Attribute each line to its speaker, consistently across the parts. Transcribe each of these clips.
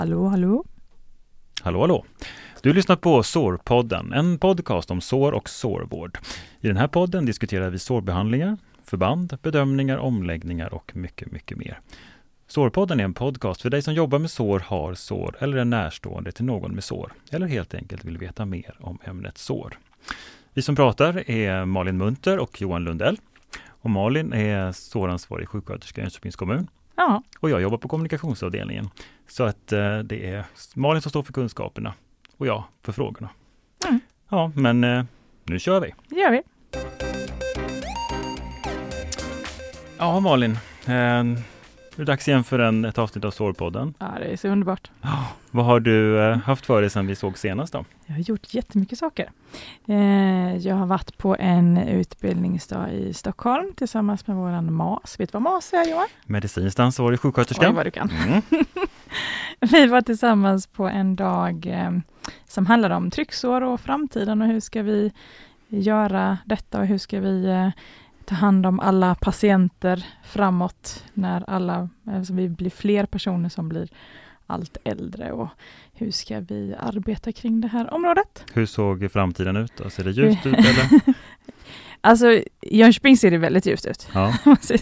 Speaker 1: Hallå, hallå.
Speaker 2: Hallå, hallå. Du lyssnar på SÅR-podden, en podcast om sår och sårvård. I den här podden diskuterar vi sårbehandlingar, förband, bedömningar, omläggningar och mycket, mycket mer. SÅR-podden är en podcast för dig som jobbar med sår, har sår eller är närstående till någon med sår. Eller helt enkelt vill veta mer om ämnet sår. Vi som pratar är Malin Munter och Johan Lundell. Och Malin är såransvarig sjuksköterska i Jönköpings kommun.
Speaker 1: Ja.
Speaker 2: Och jag jobbar på kommunikationsavdelningen. Så att det är Malin som står för kunskaperna och jag för frågorna.
Speaker 1: Mm.
Speaker 2: Ja, men nu kör vi.
Speaker 1: Det gör vi.
Speaker 2: Ja, Malin. Det är dags igen för ett avsnitt av SÅR-podden.
Speaker 1: Ja, det är så underbart.
Speaker 2: Vad har du haft för dig sedan vi såg senast då?
Speaker 1: Jag har gjort jättemycket saker. Jag har varit på en utbildningsdag i Stockholm tillsammans med våran MAS. Vet du vad MAS är, Johan?
Speaker 2: Medicinskt ansvarig sjuksköterska.
Speaker 1: Oj, vad du kan.
Speaker 2: Mm.
Speaker 1: Vi var tillsammans på en dag som handlade om trycksår och framtiden och hur ska vi göra detta och hur ska vi ta hand om alla patienter framåt när vi blir fler personer som blir allt äldre och hur ska vi arbeta kring det här området?
Speaker 2: Hur såg framtiden ut då? Ser det ljust ut eller?
Speaker 1: Alltså, i Jönköping ser det väldigt ljust ut.
Speaker 2: Ja.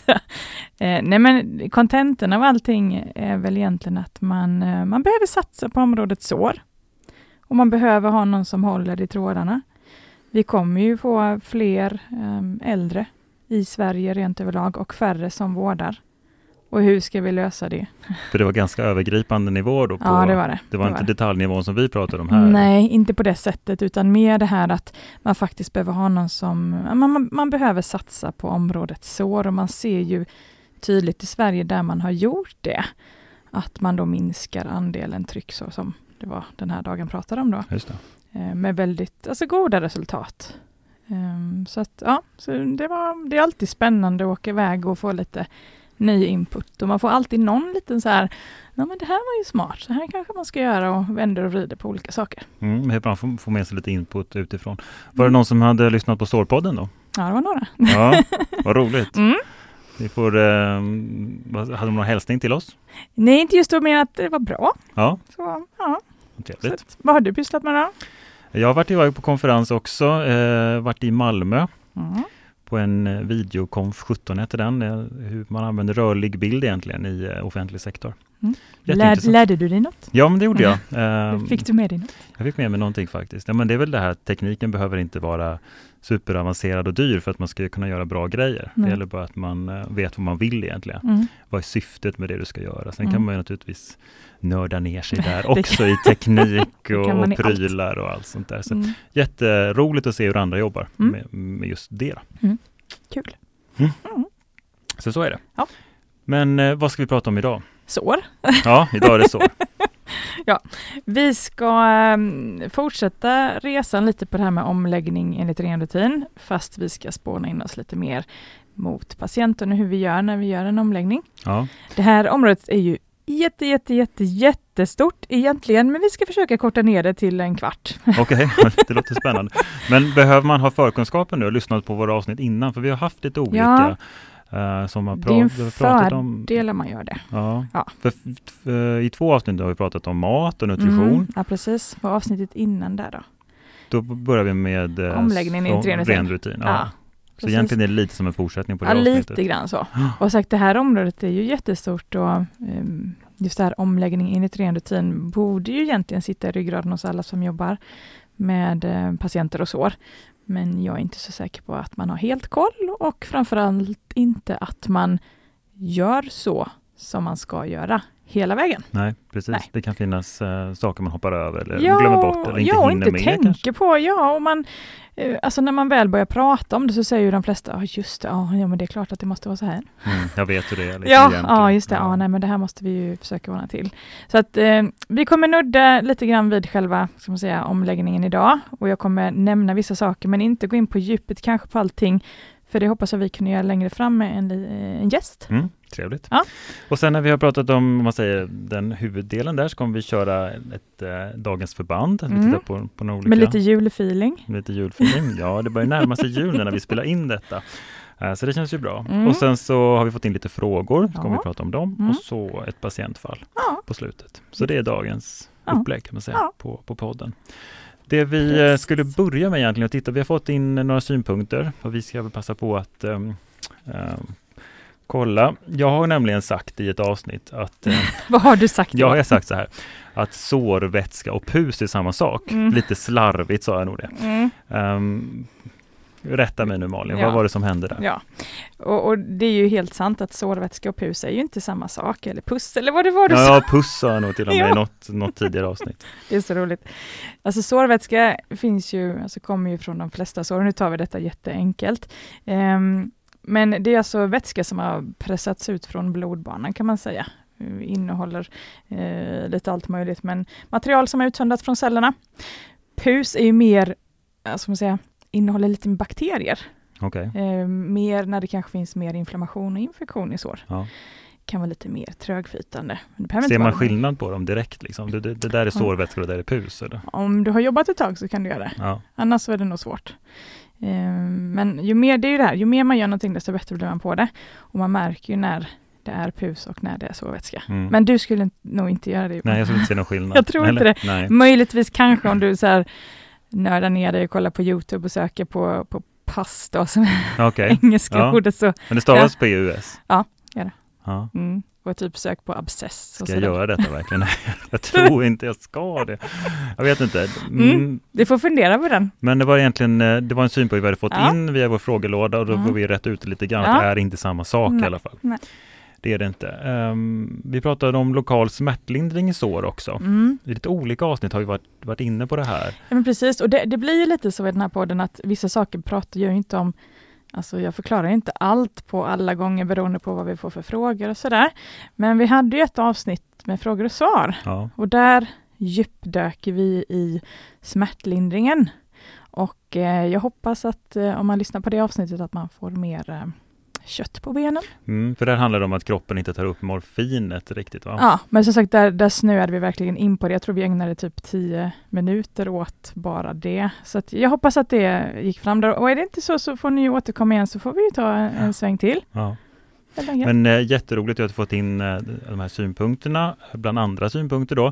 Speaker 1: Nej, men kontentan av allting är väl egentligen att man behöver satsa på området sår. Och man behöver ha någon som håller i trådarna. Vi kommer ju få fler äldre i Sverige rent överlag och färre som vårdar. Och hur ska vi lösa det?
Speaker 2: För det var ganska övergripande nivå då?
Speaker 1: Ja, det var det.
Speaker 2: Det var inte detaljnivån som vi pratade om här?
Speaker 1: Nej, inte på det sättet utan mer det här att man faktiskt behöver ha någon som... Man behöver satsa på området sår och man ser ju tydligt i Sverige där man har gjort det att man då minskar andelen trycksår som det var den här dagen pratade om då.
Speaker 2: Just det.
Speaker 1: Med väldigt goda resultat. Så att så det är alltid spännande att åka iväg och få lite ny input och man får alltid någon liten så här, ja men det här var ju smart, så här kanske man ska göra och vänder och vrider på olika saker.
Speaker 2: Men hur man får med sig lite input utifrån. Var det någon som hade lyssnat på SÅR-podden då?
Speaker 1: Ja, det var några.
Speaker 2: Ja, vad roligt. Vi får, hade de någon hälsning till oss?
Speaker 1: Nej, inte just då, men att det var bra.
Speaker 2: Ja.
Speaker 1: Så, ja.
Speaker 2: Trevligt.
Speaker 1: Så, vad har du pysslat med då?
Speaker 2: Jag har varit iväg på konferens också, varit i Malmö. På en videokonf 17 heter den, hur man använder rörlig bild egentligen i offentlig sektor.
Speaker 1: Lärde du dig något?
Speaker 2: Ja, men det gjorde jag.
Speaker 1: Fick du med dig något?
Speaker 2: Jag fick med mig någonting faktiskt. Ja, men det är väl det här, tekniken behöver inte vara superavancerad och dyr för att man ska kunna göra bra grejer. Det gäller bara att man vet vad man vill egentligen. Vad är syftet med det du ska göra? Sen kan man ju naturligtvis nörda ner sig där också i teknik och prylar och allt sånt där. Så jätteroligt att se hur andra jobbar med just det.
Speaker 1: Kul.
Speaker 2: Så är det.
Speaker 1: Ja.
Speaker 2: Men vad ska vi prata om idag?
Speaker 1: Sår.
Speaker 2: Ja, idag är det sår.
Speaker 1: Ja, vi ska fortsätta resan lite på det här med omläggning enligt ren rutin, fast vi ska spåna in oss lite mer mot patienten och hur vi gör när vi gör en omläggning. Ja. Det här området är ju jättestort egentligen, men vi ska försöka korta ner det till en kvart.
Speaker 2: Okej, det låter spännande. Men behöver man ha förkunskapen nu och lyssnat på våra avsnitt innan? För vi har haft lite olika... som har
Speaker 1: det är en fördel om man gör det.
Speaker 2: Ja. För i 2 avsnitt har vi pratat om mat och nutrition.
Speaker 1: Ja, precis. På avsnittet innan där då.
Speaker 2: Då börjar vi med
Speaker 1: omläggningen i ren rutin.
Speaker 2: Ja. Så egentligen är det lite som en fortsättning på det avsnittet.
Speaker 1: Lite grann så. Och sagt, det här området är ju jättestort och just det här omläggning enligt ren rutin borde ju egentligen sitta i ryggraden hos alla som jobbar med patienter och sår. Men jag är inte så säker på att man har helt koll och framförallt inte att man gör så som man ska göra hela vägen.
Speaker 2: Nej, precis. Nej. Det kan finnas saker man hoppar över eller glömmer bort eller inte hinner med.
Speaker 1: Tänker på. Ja, och man, alltså när man väl börjar prata om det så säger ju de flesta, just det, ja men det är klart att det måste vara så här.
Speaker 2: Jag vet hur det är.
Speaker 1: Ja, just det. Ja, nej, men det här måste vi ju försöka ordna till. Så att vi kommer nudda lite grann vid själva, ska man säga, omläggningen idag. Och jag kommer nämna vissa saker, men inte gå in på djupet kanske på allting. För det hoppas jag vi kunde göra längre fram med en gäst.
Speaker 2: Trevligt.
Speaker 1: Ja.
Speaker 2: Och sen när vi har pratat om den huvuddelen där så kommer vi köra ett dagens förband. Vi tittar på några olika.
Speaker 1: Med lite julfeeling.
Speaker 2: Ja, det börjar närma sig jul när vi spelar in detta. Så det känns ju bra. Och sen så har vi fått in lite frågor, så kommer vi prata om dem. Och så ett patientfall på slutet. Så det är dagens upplägg kan man säga på podden. Det vi skulle börja med egentligen att titta, vi har fått in några synpunkter och vi ska väl passa på att kolla. Jag har nämligen sagt i ett avsnitt att...
Speaker 1: Vad har du sagt?
Speaker 2: Jag har sagt så här, att sårvätska och pus är samma sak. Lite slarvigt sa jag nog det. Rätta mig nu Malin, vad var det som hände där?
Speaker 1: Ja, och det är ju helt sant att sårvätska och pus är ju inte samma sak, eller puss, eller vad det var du sa.
Speaker 2: Ja, puss sa jag nog till och med i något tidigare avsnitt.
Speaker 1: Det är så roligt. Alltså sårvätska finns ju, alltså kommer ju från de flesta sår. Nu tar vi detta jätteenkelt. Men det är alltså vätska som har pressats ut från blodbanan kan man säga. Innehåller lite allt möjligt, men material som är utsöndrat från cellerna. Pus är ju mer, ska man säga, innehåller lite bakterier.
Speaker 2: Okay.
Speaker 1: Mer när det kanske finns mer inflammation och infektion i sår.
Speaker 2: Ja.
Speaker 1: Kan vara lite mer trögflytande.
Speaker 2: Ser man skillnad på dem direkt? Liksom? Det där är sårvätska och det där är pus? Eller?
Speaker 1: Om du har jobbat ett tag så kan du göra det.
Speaker 2: Ja.
Speaker 1: Annars så är det nog svårt. Men ju mer, det är ju det här, ju mer man gör någonting desto bättre blir man på det. Och man märker ju när det är pus och när det är sårvätska. Men du skulle nog inte göra det.
Speaker 2: Nej, jag skulle inte se någon skillnad.
Speaker 1: Jag tror inte det. Nej. Möjligtvis kanske om du så här nördar ner dig och kollar på YouTube och söker på pasta som engelska ordet. Så,
Speaker 2: men det stavas PUS?
Speaker 1: Ja, gör det.
Speaker 2: Ja.
Speaker 1: Och typ sök på abscess.
Speaker 2: Ska jag göra detta verkligen? Jag tror inte jag ska det. Jag vet inte.
Speaker 1: Du får fundera på den.
Speaker 2: Men det var egentligen det var en synpunkt vi hade fått in via vår frågelåda och då får vi rätt ut lite grann att det är inte samma sak i alla fall. Nej. Det är det inte. Vi pratade om lokal smärtlindring i sår också. I lite olika avsnitt har vi varit inne på det här.
Speaker 1: Ja, men precis. Och det blir ju lite så i den här podden att vissa saker pratar jag inte om. Alltså jag förklarar inte allt på alla gånger beroende på vad vi får för frågor och sådär. Men vi hade ju ett avsnitt med frågor och svar. Ja. Och där djupdöker vi i smärtlindringen. Och jag hoppas att om man lyssnar på det avsnittet att man får mer kött på benen.
Speaker 2: För där handlar det om att kroppen inte tar upp morfinet riktigt, va?
Speaker 1: Ja, men som sagt, där snöade vi verkligen in på det. Jag tror vi ägnade typ 10 minuter åt bara det. Så att jag hoppas att det gick fram där. Och är det inte så får ni återkomma igen så får vi ta en sväng till.
Speaker 2: Ja. Men jätteroligt att ha fått in de här synpunkterna, bland andra synpunkter då.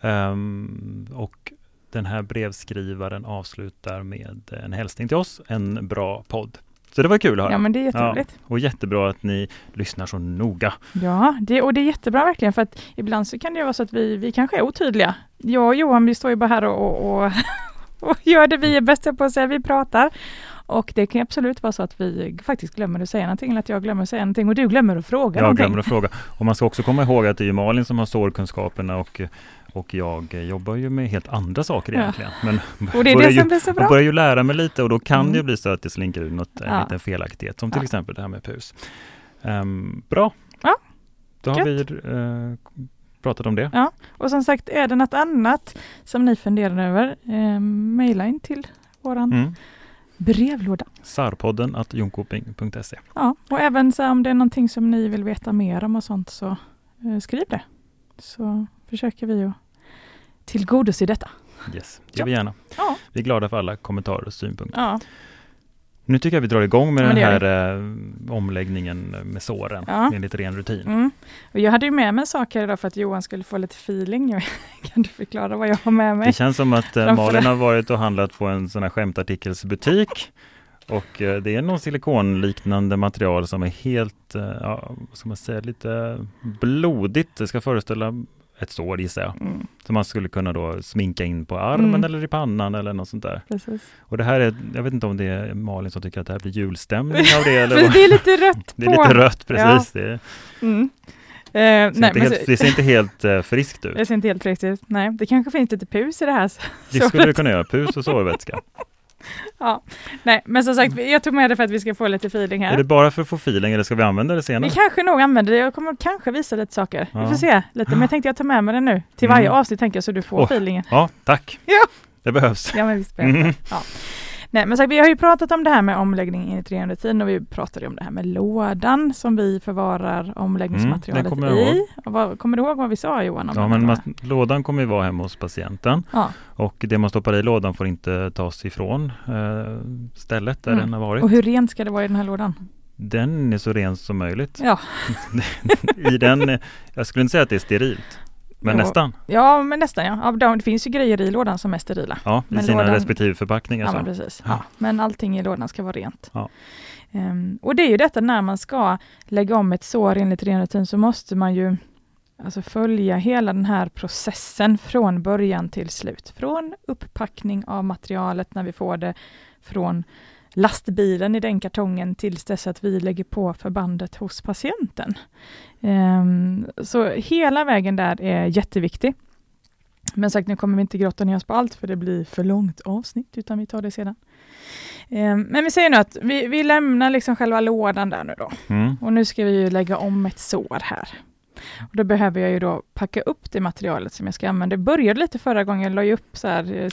Speaker 2: Och den här brevskrivaren avslutar med en hälsning till oss, en bra podd. Så det var kul att höra.
Speaker 1: Ja, men det är jätteroligt.
Speaker 2: Ja, och jättebra att ni lyssnar så noga.
Speaker 1: Ja, det är jättebra verkligen. För att ibland så kan det vara så att vi kanske är otydliga. Jag och Johan, vi står ju bara här och gör det vi är bästa på att säga. Vi pratar. Och det kan absolut vara så att vi faktiskt glömmer att säga någonting. Eller att jag glömmer att säga någonting och du glömmer att fråga någonting.
Speaker 2: Jag glömmer att fråga. Och man ska också komma ihåg att det är Malin som har sårkunskaperna och jag jobbar ju med helt andra saker egentligen. Men
Speaker 1: och det är det som blir så bra.
Speaker 2: Jag börjar ju lära mig lite och då kan det bli så att det slinker ut en liten felaktighet. Som till exempel det här med pus. Bra. Ja. Då har vi pratat om det. Ja,
Speaker 1: och som sagt är det något annat som ni funderar över. Maila in till våran brevlåda.
Speaker 2: sarpodden@jonkoping.se.
Speaker 1: Ja, och även så om det är någonting som ni vill veta mer om och sånt så skriv det. Så försöker vi att tillgodose detta.
Speaker 2: Yes, det gör vi gärna. Ja. Vi är glada för alla kommentarer och synpunkter.
Speaker 1: Ja.
Speaker 2: Nu tycker jag vi drar igång med den här omläggningen med såren enligt ren rutin.
Speaker 1: Och jag hade ju med mig saker idag för att Johan skulle få lite feeling. Kan du förklara vad jag har med mig?
Speaker 2: Det känns som att Malin har varit och handlat på en sån här skämtartikelsbutik. Och det är någon silikonliknande material som är helt, ska man säga, lite blodigt. Det ska föreställa ett sår, gissar jag. Som man skulle kunna då sminka in på armen eller i pannan eller något sånt där.
Speaker 1: Precis.
Speaker 2: Och det här är, jag vet inte om det är Malin som tycker att det här blir julstämning av det. Eller
Speaker 1: det är lite rött på.
Speaker 2: Det är lite rött, precis.
Speaker 1: Ja.
Speaker 2: Det ser inte helt friskt ut.
Speaker 1: Det ser inte helt friskt ut, nej. Det kanske finns lite pus i det här.
Speaker 2: Det skulle det kunna göra, pus och sårvätska.
Speaker 1: Ja, nej, men som sagt, jag tog med det för att vi ska få lite feeling här.
Speaker 2: Är det bara för att få feeling eller ska vi använda det senare?
Speaker 1: Vi kanske nog använder det, jag kommer kanske visa lite saker. Vi får se lite, men jag tänkte jag tar med mig det nu. Till varje avsnitt tänker jag så du får feelingen.
Speaker 2: Ja, tack.
Speaker 1: Ja.
Speaker 2: Det behövs.
Speaker 1: Ja, men visst behövs det. Ja. Nej, men så vi har ju pratat om det här med omläggning enligt ren rutin och vi pratade om det här med lådan som vi förvarar omläggningsmaterialet i. Kommer du ihåg vad vi sa, Johan? Om
Speaker 2: men lådan kommer ju vara hemma hos patienten och det man stoppar i lådan får inte tas ifrån stället där den har varit.
Speaker 1: Och hur rent ska det vara i den här lådan?
Speaker 2: Den är så ren som möjligt.
Speaker 1: Ja.
Speaker 2: I den, jag skulle inte säga att det är sterilt. Men nästan.
Speaker 1: Ja, men nästan ja. Det finns ju grejer i lådan som är sterila.
Speaker 2: Ja, i sina respektive förpackningar.
Speaker 1: Ja,
Speaker 2: så.
Speaker 1: men precis. Ja. Men allting i lådan ska vara rent.
Speaker 2: Ja.
Speaker 1: Och det är ju detta, när man ska lägga om ett sår enligt ren rutin, så måste man ju följa hela den här processen från början till slut. Från upppackning av materialet när vi får det från lastbilen i den kartongen tills dess att vi lägger på förbandet hos patienten. Så hela vägen där är jätteviktig. Men sagt, nu kommer vi inte grotta ner oss på allt för det blir för långt avsnitt, utan vi tar det sedan. Men vi säger nu att vi lämnar liksom själva lådan där nu då. Och nu ska vi ju lägga om ett sår här. Och då behöver jag ju då packa upp det materialet som jag ska använda. Det började lite förra gången, jag la ju upp så här,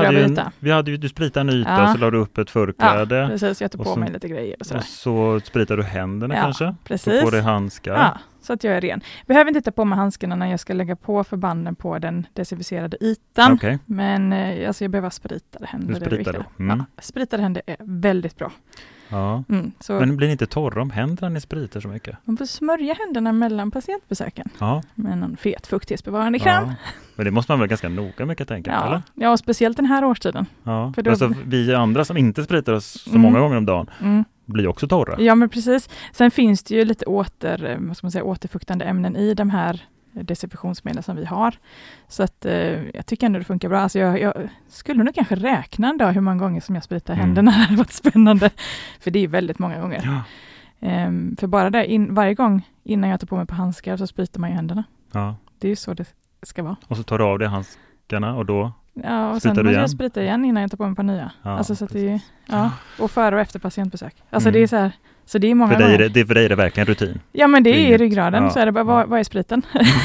Speaker 2: du spritade en yta och så la du upp ett förkläde.
Speaker 1: Ja, precis, jag tog på mig lite grejer och sådär.
Speaker 2: Och så spritade du händerna kanske?
Speaker 1: Precis.
Speaker 2: Tog på dig handskar.
Speaker 1: Ja, så att jag är ren. Behöver inte ta på mig handskarna när jag ska lägga på förbanden på den desinficerade ytan. Okay. Men jag behöver spritade händer.
Speaker 2: Du spritar då?
Speaker 1: Spritade händer är väldigt bra.
Speaker 2: Ja. Men blir ni inte torra om händerna ni spritar så mycket?
Speaker 1: Man får smörja händerna mellan patientbesöken.
Speaker 2: Ja.
Speaker 1: Med någon fet fuktighetsbevarande kräm. Ja.
Speaker 2: Men det måste man väl ganska noga mycket tänka, eller?
Speaker 1: Ja, speciellt den här årstiden.
Speaker 2: Ja. För då... vi andra som inte spritar oss så många gånger om dagen blir också torra.
Speaker 1: Ja, men precis. Sen finns det ju lite återfuktande ämnen i de här desinfektionsmedel som vi har. Så att jag tycker ändå det funkar bra. Alltså jag skulle nog kanske räkna en dag hur många gånger som jag spritar händerna. Det har varit spännande. För det är väldigt många gånger. Ja. För bara där, varje gång innan jag tar på mig på handskar så spritar man ju händerna. Ja. Det är ju så det ska vara.
Speaker 2: Och så tar du av dig handskarna och då
Speaker 1: och sen måste jag sprita igen innan jag tar på mig på nya. Ja, så att det är, och före och efter patientbesök. Alltså det är så här. Så det är många gånger.
Speaker 2: För dig är det verkligen rutin.
Speaker 1: Ja, men det är i ryggraden. Så är det bara, vad är spriten?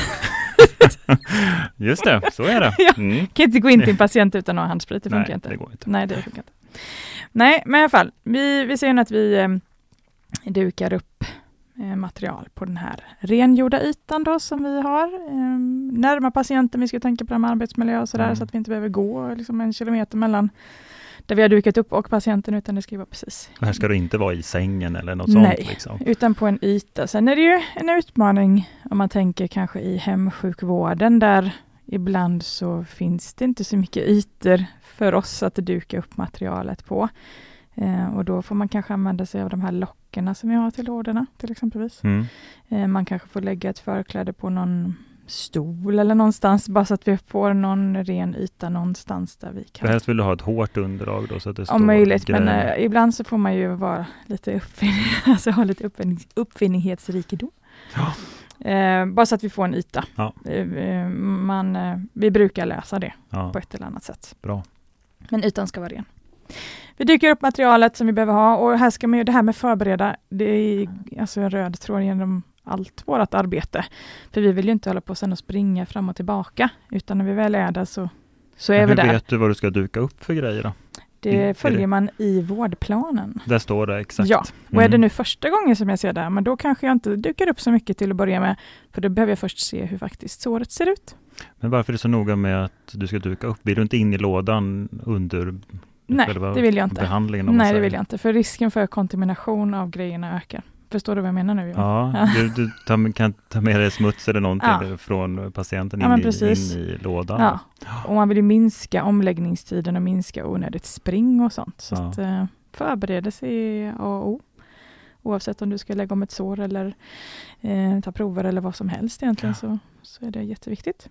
Speaker 2: Just det, så är det.
Speaker 1: Kan inte gå in till en patient utan att ha handsprit. Det funkar inte.
Speaker 2: Det går inte.
Speaker 1: Nej, det funkar inte. Nej, men i alla fall. Vi ser nu att vi dukar upp material på den här rengjorda ytan då som vi har. Närma patienten, vi ska tänka på den arbetsmiljö och sådär så att vi inte behöver gå liksom 1 kilometer mellan där vi har dukat upp och patienten, utan det ska vara precis.
Speaker 2: Och här ska du inte vara i sängen eller något sånt?
Speaker 1: Nej, utan på en yta. Sen är det ju en utmaning om man tänker kanske i hemsjukvården där ibland så finns det inte så mycket ytor för oss att duka upp materialet på. Och då får man kanske använda sig av de här lockerna som vi har till lådorna till exempelvis. Man kanske får lägga ett förkläde på någon stol eller någonstans bara så att vi får någon ren yta någonstans där vi kan.
Speaker 2: Helst vill du ha ett hårt underlag då så att det står
Speaker 1: om möjligt,
Speaker 2: grejer.
Speaker 1: Men ibland så får man ju vara lite ha lite uppfinningsrikedom. Ja. Bara så att vi får en yta. Ja. Vi brukar lösa det på ett eller annat sätt.
Speaker 2: Bra.
Speaker 1: Men ytan ska vara ren. Vi dyker upp materialet som vi behöver ha och här ska man ju det här med förbereda, det är alltså en röd tråd genom allt vårt arbete. För vi vill ju inte hålla på sen och springa fram och tillbaka, utan när vi väl är där så är vi där.
Speaker 2: Hur vet du vad du ska duka upp för grejer då?
Speaker 1: Det följer man i vårdplanen.
Speaker 2: Där står det, exakt.
Speaker 1: Ja, och är det nu första gången som jag ser det, men då kanske jag inte dukar upp så mycket till att börja med, för då behöver jag först se hur faktiskt såret ser ut.
Speaker 2: Men varför är det så noga med att du ska duka upp? Vill du inte in i lådan under
Speaker 1: Nej, det vill jag inte.
Speaker 2: Behandlingen?
Speaker 1: Nej, det vill jag inte, för risken för kontamination av grejerna ökar. Förstår du vad jag menar nu?
Speaker 2: Ja, du kan ta med dig smuts eller någonting från patienten in i lådan.
Speaker 1: Ja, och man vill ju minska omläggningstiden och minska onödigt spring och sånt. Så att förberedelse är A och O. Oavsett om du ska lägga om ett sår eller ta prover eller vad som helst egentligen så är det jätteviktigt.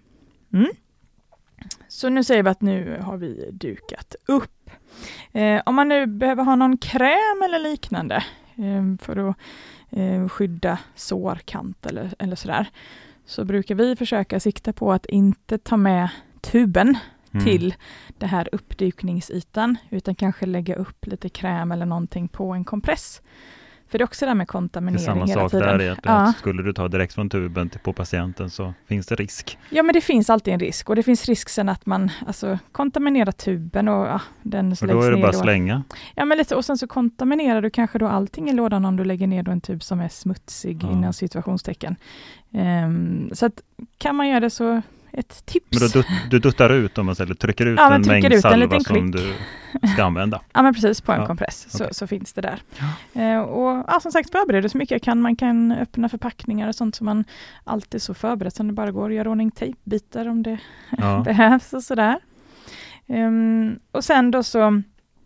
Speaker 1: Så nu säger vi att nu har vi dukat upp. Om man nu behöver ha någon kräm eller liknande för att skydda sårkant eller sådär, så brukar vi försöka sikta på att inte ta med tuben till det här uppdukningsytan, utan kanske lägga upp lite kräm eller någonting på en kompress. För det är också det med kontaminering hela tiden. Det är samma sak där egentligen.
Speaker 2: Att skulle du ta direkt från tuben på patienten så finns det risk.
Speaker 1: Ja, men det finns alltid en risk. Och det finns risk sen att man kontaminerar tuben och den läggs ner.
Speaker 2: Och då är det bara att slänga.
Speaker 1: Ja, men lite. Och sen så kontaminerar du kanske då allting i lådan om du lägger ner då en tub som är smutsig inom situationstecken. Så att kan man göra det så ett tips.
Speaker 2: Men du duttar ut om man säger, trycker ut en mängd salva som du ska använda.
Speaker 1: Ja, men precis, på en compress så finns det där. Och som sagt, förbereder så mycket jag kan. Man kan öppna förpackningar och sånt som man alltid så förberett som det bara går. Göra ordning tejpbitar om det behövs och sådär. Och sen då så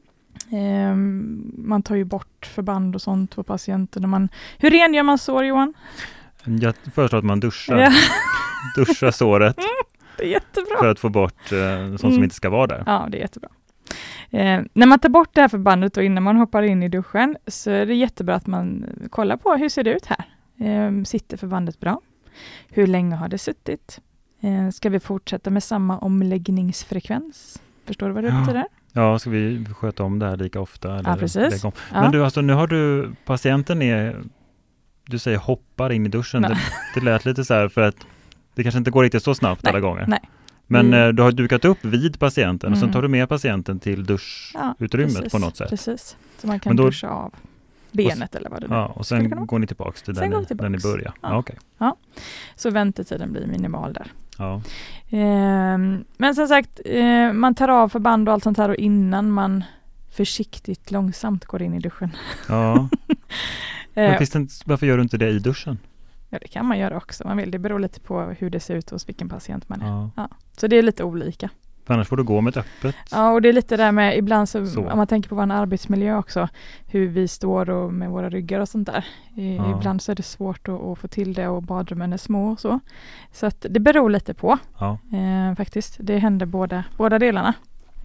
Speaker 1: man tar ju bort förband och sånt på patienten. Hur rengör man sår, Johan?
Speaker 2: Jag föreslår att man duschar. Duschar såret.
Speaker 1: Det är jättebra.
Speaker 2: För att få bort sånt som inte ska vara där.
Speaker 1: Ja, det är jättebra. När man tar bort det här förbandet och innan man hoppar in i duschen så är det jättebra att man kollar på hur ser det ut här. Sitter förbandet bra? Hur länge har det suttit? Ska vi fortsätta med samma omläggningsfrekvens? Förstår du vad det betyder?
Speaker 2: Ja, ska vi sköta om det här lika ofta? Eller
Speaker 1: precis.
Speaker 2: Men du, alltså, nu har du patienten du säger hoppar in i duschen. Det lät lite så här för att det kanske inte går riktigt så snabbt alla gånger.
Speaker 1: Nej.
Speaker 2: Men du har dukat upp vid patienten och sen tar du med patienten till duschutrymmet på något sätt.
Speaker 1: Precis, så man kan duscha av benet eller vad det är.
Speaker 2: Ja, och sen går ni tillbaka till där ni börjar.
Speaker 1: Ja.
Speaker 2: Okay.
Speaker 1: Ja, så väntetiden blir minimal där.
Speaker 2: Ja.
Speaker 1: Men som sagt, man tar av förband och allt sånt här och innan man försiktigt, långsamt går in i duschen.
Speaker 2: Ja. Men varför gör du inte det i duschen?
Speaker 1: Ja, det kan man göra också. Det beror lite på hur det ser ut hos vilken patient man är. Ja. Så det är lite olika.
Speaker 2: För annars får du gå med ett öppet.
Speaker 1: Ja, och det är lite där med ibland så. Om man tänker på vår arbetsmiljö också, hur vi står och med våra ryggar och sånt där. Ibland så är det svårt att få till det och badrummen är små och så. Så att det beror lite på faktiskt. Det händer båda delarna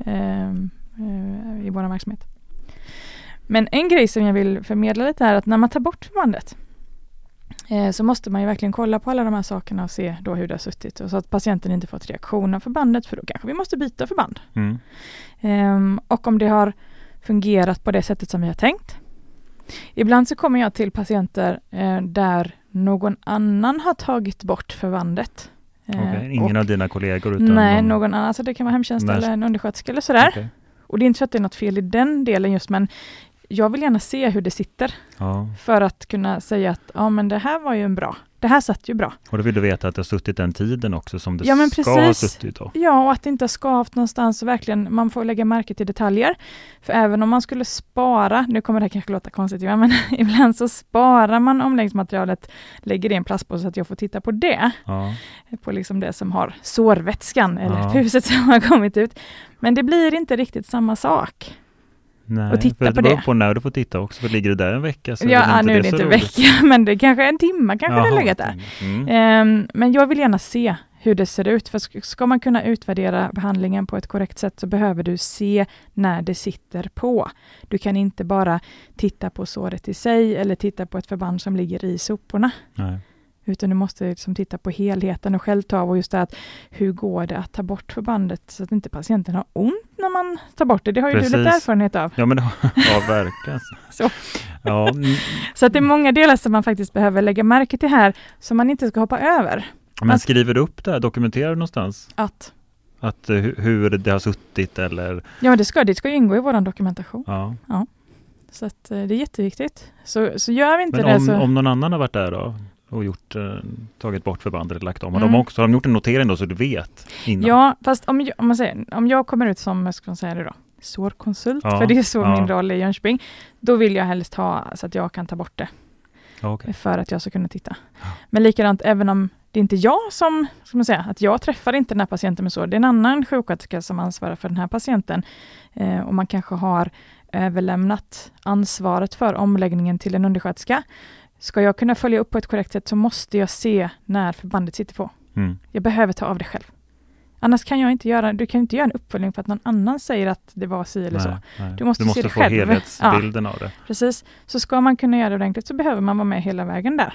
Speaker 1: i vår verksamhet. Men en grej som jag vill förmedla lite är att när man tar bort förbandet så måste man ju verkligen kolla på alla de här sakerna och se då hur det har suttit. Och så att patienten inte fått reaktion av förbandet, för då kanske vi måste byta förband. Och om det har fungerat på det sättet som vi har tänkt. Ibland så kommer jag till patienter där någon annan har tagit bort förbandet.
Speaker 2: Ingen av dina kollegor? Utan
Speaker 1: nej, någon annan. Alltså det kan vara hemtjänst eller en undersköterska eller sådär. Okay. Och det är inte så att det är något fel i den delen just, men jag vill gärna se hur det sitter. För att kunna säga att men det här var ju det här satt ju bra. Och
Speaker 2: då vill du veta att det har suttit den tiden också som det ska ha suttit då.
Speaker 1: Ja, och att det inte har skavt någonstans. Verkligen, man får lägga märke till detaljer. För även om man skulle spara, nu kommer det här kanske låta konstigt, men ibland så sparar man omläggningsmaterialet, lägger i en plastpåse så att jag får titta på det. På liksom det som har sårvätskan eller huset som har kommit ut. Men det blir inte riktigt samma sak.
Speaker 2: Nej,
Speaker 1: och titta
Speaker 2: för
Speaker 1: på
Speaker 2: det beror på när du får titta också. För ligger det där en vecka så
Speaker 1: nu är det inte en vecka, men det är kanske en timme kanske det legat där. Men jag vill gärna se hur det ser ut. För ska man kunna utvärdera behandlingen på ett korrekt sätt så behöver du se när det sitter på. Du kan inte bara titta på såret i sig eller titta på ett förband som ligger i soporna. Nej. Utan du måste liksom titta på helheten och själv ta och just det att hur går det att ta bort förbandet så att inte patienten har ont när man tar bort det. Det har ju du lite erfarenhet av.
Speaker 2: Ja, men verkligen.
Speaker 1: Så. Så att det är många delar som man faktiskt behöver lägga märke till här som man inte ska hoppa över.
Speaker 2: Men skriver du upp det här? Dokumenterar du någonstans?
Speaker 1: Att
Speaker 2: hur det har suttit eller? Ja,
Speaker 1: det ska ingå i vår dokumentation. Ja. Så att det är jätteviktigt. Så gör vi inte
Speaker 2: men
Speaker 1: det
Speaker 2: om någon annan har varit där då? Och tagit bort förbandet eller lagt om. Har de gjort en notering då så du vet innan? Ja, fast
Speaker 1: om jag kommer ut som sårkonsult, för det är så min roll i Jönköping, då vill jag helst ha så att jag kan ta bort det.
Speaker 2: Okay.
Speaker 1: För att jag ska kunna titta. Men likadant, även om det är inte jag som ska man säga, att jag träffar inte den här patienten med sår. Det är en annan sjuksköterska som ansvarar för den här patienten. Och man kanske har överlämnat ansvaret för omläggningen till en undersköterska. Ska jag kunna följa upp på ett korrekt sätt så måste jag se när förbandet sitter på. Jag behöver ta av det själv. Annars kan jag inte du kan inte göra en uppföljning för att någon annan säger att det var si eller så.
Speaker 2: Nej.
Speaker 1: Du måste se det
Speaker 2: få
Speaker 1: själv.
Speaker 2: Helhetsbilden av det.
Speaker 1: Precis. Så ska man kunna göra det ordentligt så behöver man vara med hela vägen där.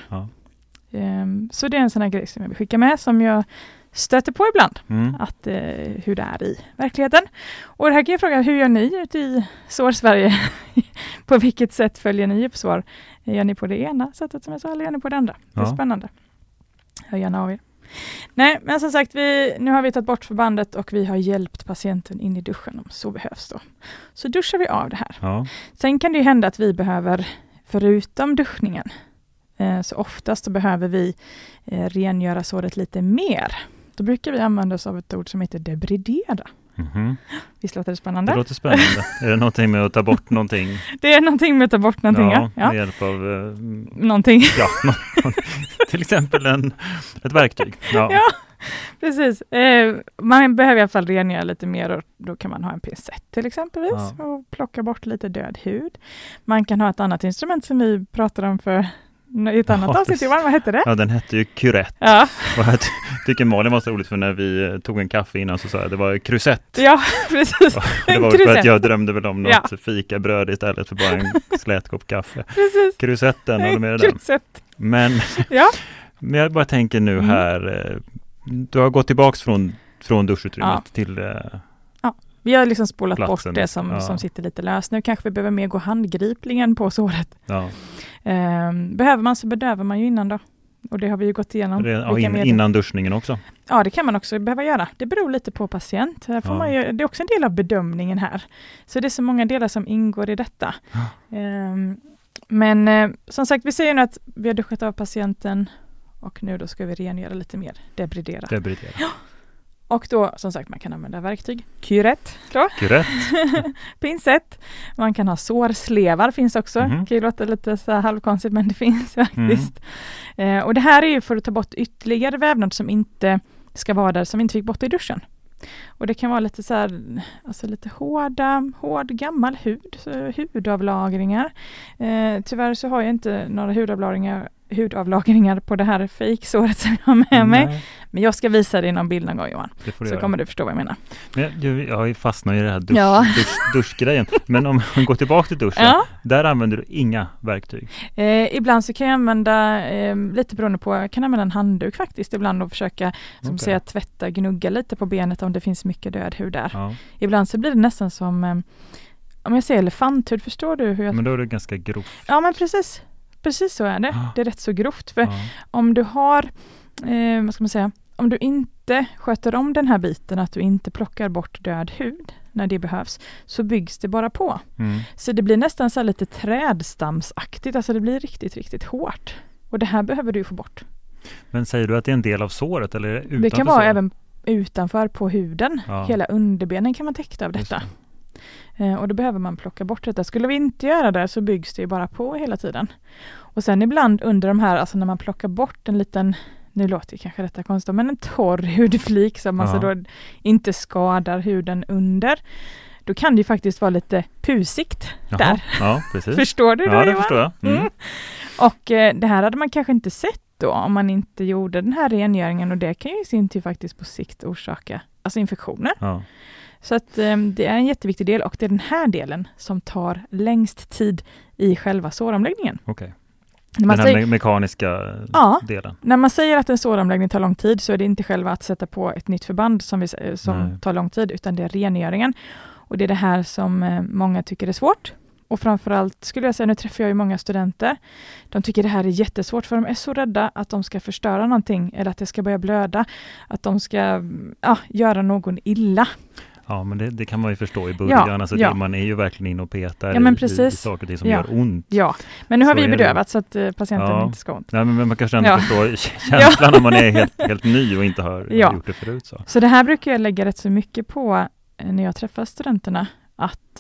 Speaker 1: Så det är en sån här grej som jag vill skicka med som jag stöter på ibland. Att hur det är i verkligheten. Och det här kan jag fråga, hur gör ni ute i SÅR-Sverige? På vilket sätt följer ni upp SÅR? Gör ni på det ena sättet som jag sa eller gör ni på det andra? Det är spännande. Hör gärna av er. Nej, men som sagt, nu har vi tagit bort förbandet och vi har hjälpt patienten in i duschen om så behövs då. Så duschar vi av det här.
Speaker 2: Ja.
Speaker 1: Sen kan det ju hända att vi behöver, förutom duschningen, så oftast så behöver vi rengöra såret lite mer. Då brukar vi använda oss av ett ord som heter debridera.
Speaker 2: Mhm.
Speaker 1: Visst låter det spännande?
Speaker 2: Det låter spännande. Är det någonting med att ta bort någonting?
Speaker 1: Det är någonting med att ta bort någonting, ja.
Speaker 2: Med hjälp av...
Speaker 1: Någonting.
Speaker 2: Ja, till exempel ett verktyg. Ja.
Speaker 1: Ja, precis. Man behöver i alla fall rengöra lite mer och då kan man ha en pincett till exempelvis och plocka bort lite död hud. Man kan ha ett annat instrument som vi pratade om för i ett annat avsnitt. Vad hette det?
Speaker 2: Ja, den hette ju curette.
Speaker 1: Ja.
Speaker 2: Och jag tycker Malin var så roligt för när vi tog en kaffe innan så sa jag det var krusett.
Speaker 1: Ja, precis.
Speaker 2: Och det var för att jag drömde väl om något fikabröd istället för bara en slät kopp kaffe.
Speaker 1: Precis.
Speaker 2: Krusetten, håller med den. Men, men jag bara tänker nu här, du har gått tillbaks från duschutrymmet till
Speaker 1: vi har liksom spolat
Speaker 2: platsen
Speaker 1: bort det som sitter lite löst. Nu kanske vi behöver mer gå handgripligen på såret.
Speaker 2: Ja.
Speaker 1: Behöver man så bedövar man ju innan då. Och det har vi ju gått igenom.
Speaker 2: Innan duschningen också? Ja,
Speaker 1: det kan man också behöva göra. Det beror lite på patient. Här får man ju, det är också en del av bedömningen här. Så det är så många delar som ingår i detta. Men som sagt, vi säger nu att vi har duschat av patienten och nu då ska vi rengöra lite mer. Debridera. Ja. Och då, som sagt, man kan använda verktyg. Curette. Pincett. Man kan ha sårslevar, finns också. Det kan ju låta lite så här halvkonstigt, men det finns faktiskt. Och det här är ju för att ta bort ytterligare vävnad som inte ska vara där, som inte fick bort i duschen. Och det kan vara lite så här, alltså lite hård gammal hudavlagringar. Tyvärr så har jag inte några hudavlagringar på det här fejksåret som jag har med mig. Men jag ska visa dig någon bild någon gång, Johan. Så kommer du förstå vad jag menar.
Speaker 2: Men jag fastnar i det här duschgrejen. Men om man går tillbaka till duschen, där använder du inga verktyg?
Speaker 1: Ibland så kan jag använda, lite beroende på, jag kan använda en handduk faktiskt ibland och försöka tvätta, gnugga lite på benet om det finns mycket död hud där. Ja. Ibland så blir det nästan som, om jag säger elefanthud, förstår du hur jag...
Speaker 2: Men då är det ganska grovt.
Speaker 1: Ja, men precis så är det. Det är rätt så grovt. För om du har, vad ska man säga, om du inte sköter om den här biten, att du inte plockar bort död hud när det behövs, så byggs det bara på. Så det blir nästan så här lite trädstamsaktigt, alltså det blir riktigt, riktigt hårt. Och det här behöver du få bort. Men säger du att det är en del av såret eller utanför? Det kan vara även utanför på huden. Hela underbenen kan man täcka av detta. Och då behöver man plocka bort detta. Skulle vi inte göra det så byggs det ju bara på hela tiden. Och sen ibland under de här, alltså när man plockar bort en liten, nu låter det kanske detta konstigt, men en torr hudflik som alltså då inte skadar huden under. Då kan det ju faktiskt vara lite pusigt där. Ja, precis. Förstår du det? Ja, det förstår jag. Och det här hade man kanske inte sett då om man inte gjorde den här rengöringen, och det kan ju i sin tur faktiskt på sikt orsaka alltså infektioner. Ja. Så att det är en jätteviktig del, och det är den här delen som tar längst tid i själva såromläggningen. Okej. Den här mekaniska delen. När man säger att en såromläggning tar lång tid så är det inte själva att sätta på ett nytt förband som tar lång tid, utan det är rengöringen. Och det är det här som många tycker är svårt. Och framförallt skulle jag säga, nu träffar jag ju många studenter. De tycker det här är jättesvårt för de är så rädda att de ska förstöra någonting eller att det ska börja blöda. Att de ska göra någon illa. Ja, men det kan man ju förstå i början. Alltså man är ju verkligen in och petar i saker och ting som gör ont. Ja, men nu har vi bedövat så att patienten inte ska ont. Nej, men man kanske ändå förstår känslan om man är helt ny och inte har gjort det förut. Så det här brukar jag lägga rätt så mycket på när jag träffar studenterna. Att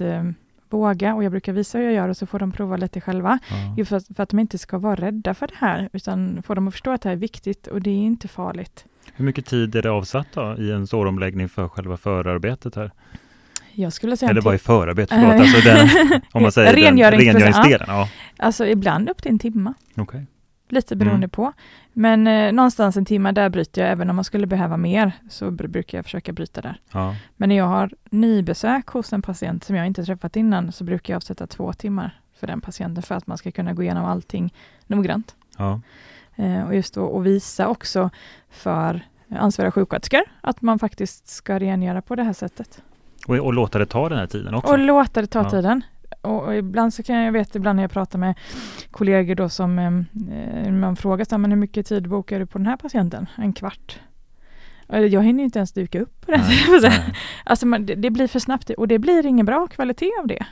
Speaker 1: våga, och jag brukar visa hur jag gör och så får de prova lite själva. Just för att de inte ska vara rädda för det här, utan får de att förstå att det här är viktigt och det är inte farligt. Hur mycket tid är det avsatt då i en såromläggning för själva förarbetet här? Jag skulle säga... Eller vad är förarbetet? Alltså om man säger rengöringsdelen. Ja. Alltså ibland upp till en timme. Okay. Lite beroende på. Men någonstans en timme, där bryter jag. Även om man skulle behöva mer så brukar jag försöka bryta där. Ja. Men när jag har nybesök hos en patient som jag inte träffat innan så brukar jag avsätta 2 timmar för den patienten för att man ska kunna gå igenom allting noggrant. Ja. Och just då och visa också för ansvariga sjuksköterskor att man faktiskt ska rengöra på det här sättet. Och låta det ta den här tiden också? Och låta det ta tiden. Och ibland så kan ibland när jag pratar med kollegor då som man frågar sig, men hur mycket tid bokar du på den här patienten? 1 kvart. Jag hinner inte ens dyka upp på den. Alltså det blir för snabbt och det blir ingen bra kvalitet av det.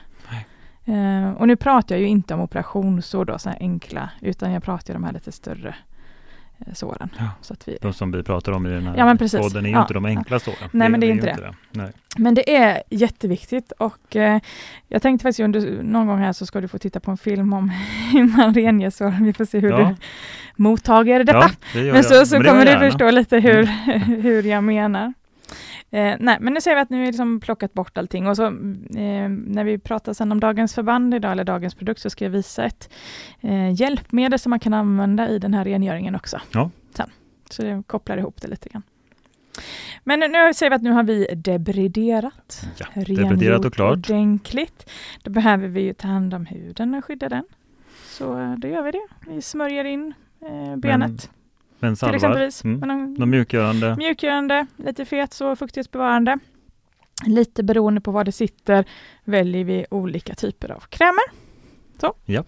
Speaker 1: Och nu pratar jag ju inte om operationsår då, så här enkla, utan jag pratar om de här lite större såren.
Speaker 2: Ja.
Speaker 1: Så att vi...
Speaker 2: De som vi pratar om i den här podden är ju inte de enkla såren.
Speaker 1: Nej, men det är inte det.
Speaker 2: Nej.
Speaker 1: Men det är jätteviktigt och jag tänkte faktiskt under någon gång här så ska du få titta på en film om hur man rengör sår. Vi får se hur du mottager detta.
Speaker 2: Ja, det gör
Speaker 1: men så
Speaker 2: men
Speaker 1: kommer du förstå lite hur jag menar. Nej, men nu ser vi att nu är liksom plockat bort allting och så när vi pratar sen om dagens förband idag eller dagens produkt så ska jag visa ett hjälpmedel som man kan använda i den här rengöringen också.
Speaker 2: Ja.
Speaker 1: Sen. Så det kopplar ihop det lite grann. Men nu ser vi att nu har vi debriderat.
Speaker 2: Ja, debriderat och klart.
Speaker 1: Ordentligt. Då behöver vi ju ta hand om huden och skydda den. Så då gör vi det. Vi smörjer in benet.
Speaker 2: Men salvar.
Speaker 1: Till exempelvis.
Speaker 2: De mjukgörande.
Speaker 1: Mjukgörande, lite fet så fuktighetsbevarande. Lite beroende på var det sitter väljer vi olika typer av krämer. Så.
Speaker 2: Ja.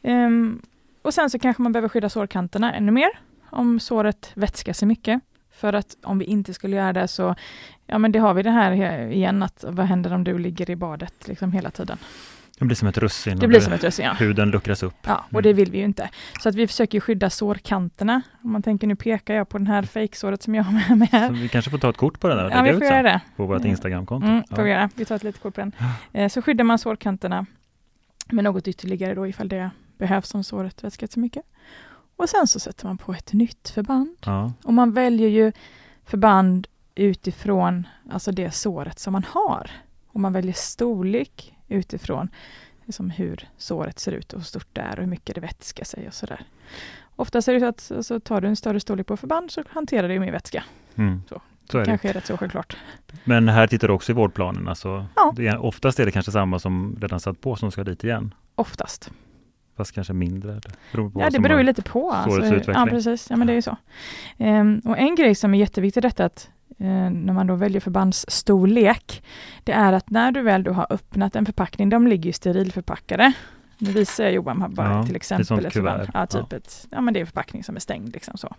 Speaker 1: Och sen så kanske man behöver skydda sårkanterna ännu mer om såret vätskar sig mycket. För att om vi inte skulle göra det så, ja men det har vi det här igen att vad händer om du ligger i badet liksom hela tiden?
Speaker 2: Det blir som ett russin.
Speaker 1: Det blir som ett russin, ja.
Speaker 2: Huden luckras upp.
Speaker 1: Ja, och det vill vi ju inte. Så att vi försöker skydda sårkanterna. Om man tänker, nu pekar jag på den här fejksåret som jag har med här.
Speaker 2: Så vi kanske får ta ett kort på den där.
Speaker 1: Ja, vi får göra det.
Speaker 2: På vårt Instagramkonto.
Speaker 1: Får vi göra. Vi tar ett litet kort på den. Så skyddar man sårkanterna med något ytterligare då ifall det behövs om såret vätskat så mycket. Och sen så sätter man på ett nytt förband.
Speaker 2: Ja.
Speaker 1: Och man väljer ju förband utifrån alltså det såret som man har. Och man väljer storlek utifrån liksom hur såret ser ut och hur stort det är och hur mycket det vätskar sig och sådär. Ofta är det så att alltså, tar du en större storlek på förband så hanterar det ju mer vätska. Så är kanske
Speaker 2: det.
Speaker 1: Är rätt så självklart.
Speaker 2: Men här tittar du också i vårdplanen. Alltså,
Speaker 1: ja.
Speaker 2: Oftast är det kanske samma som redan satt på som ska dit igen.
Speaker 1: Oftast.
Speaker 2: Fast kanske mindre.
Speaker 1: Det beror ju lite på. Alltså, ja, precis. Ja, men det är ju så. Och en grej som är jätteviktig är att när man då väljer förbandsstorlek, det är att när du väl då har öppnat en förpackning, de ligger ju sterilförpackade. Nu visar jag Johan här bara till exempel ett förband. Ja, typ men det är en förpackning som är stängd liksom så.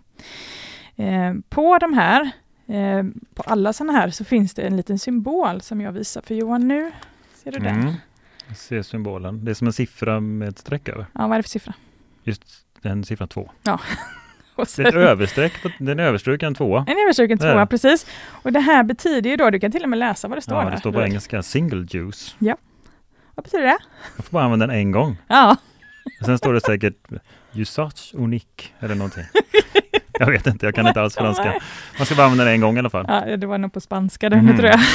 Speaker 1: På de här, på alla sådana här så finns det en liten symbol som jag visar för Johan nu. Ser du den?
Speaker 2: Jag ser symbolen. Det är som en siffra med ett streck över.
Speaker 1: Ja, vad är det för siffra?
Speaker 2: Just den siffran 2.
Speaker 1: Ja.
Speaker 2: Det är ett överstreck, den är överstruken 2.
Speaker 1: En överstruken 2, precis. Och det här betyder ju då, du kan till och med läsa vad det står där.
Speaker 2: Det står på engelska, single juice.
Speaker 1: Ja. Vad betyder det?
Speaker 2: Man får bara använda den en gång.
Speaker 1: Ja.
Speaker 2: Och sen står det säkert usage unique eller någonting. Jag vet inte, jag kan inte alls franska. Man ska bara använda den en gång i alla fall.
Speaker 1: Ja, det var nog på spanska nu tror jag.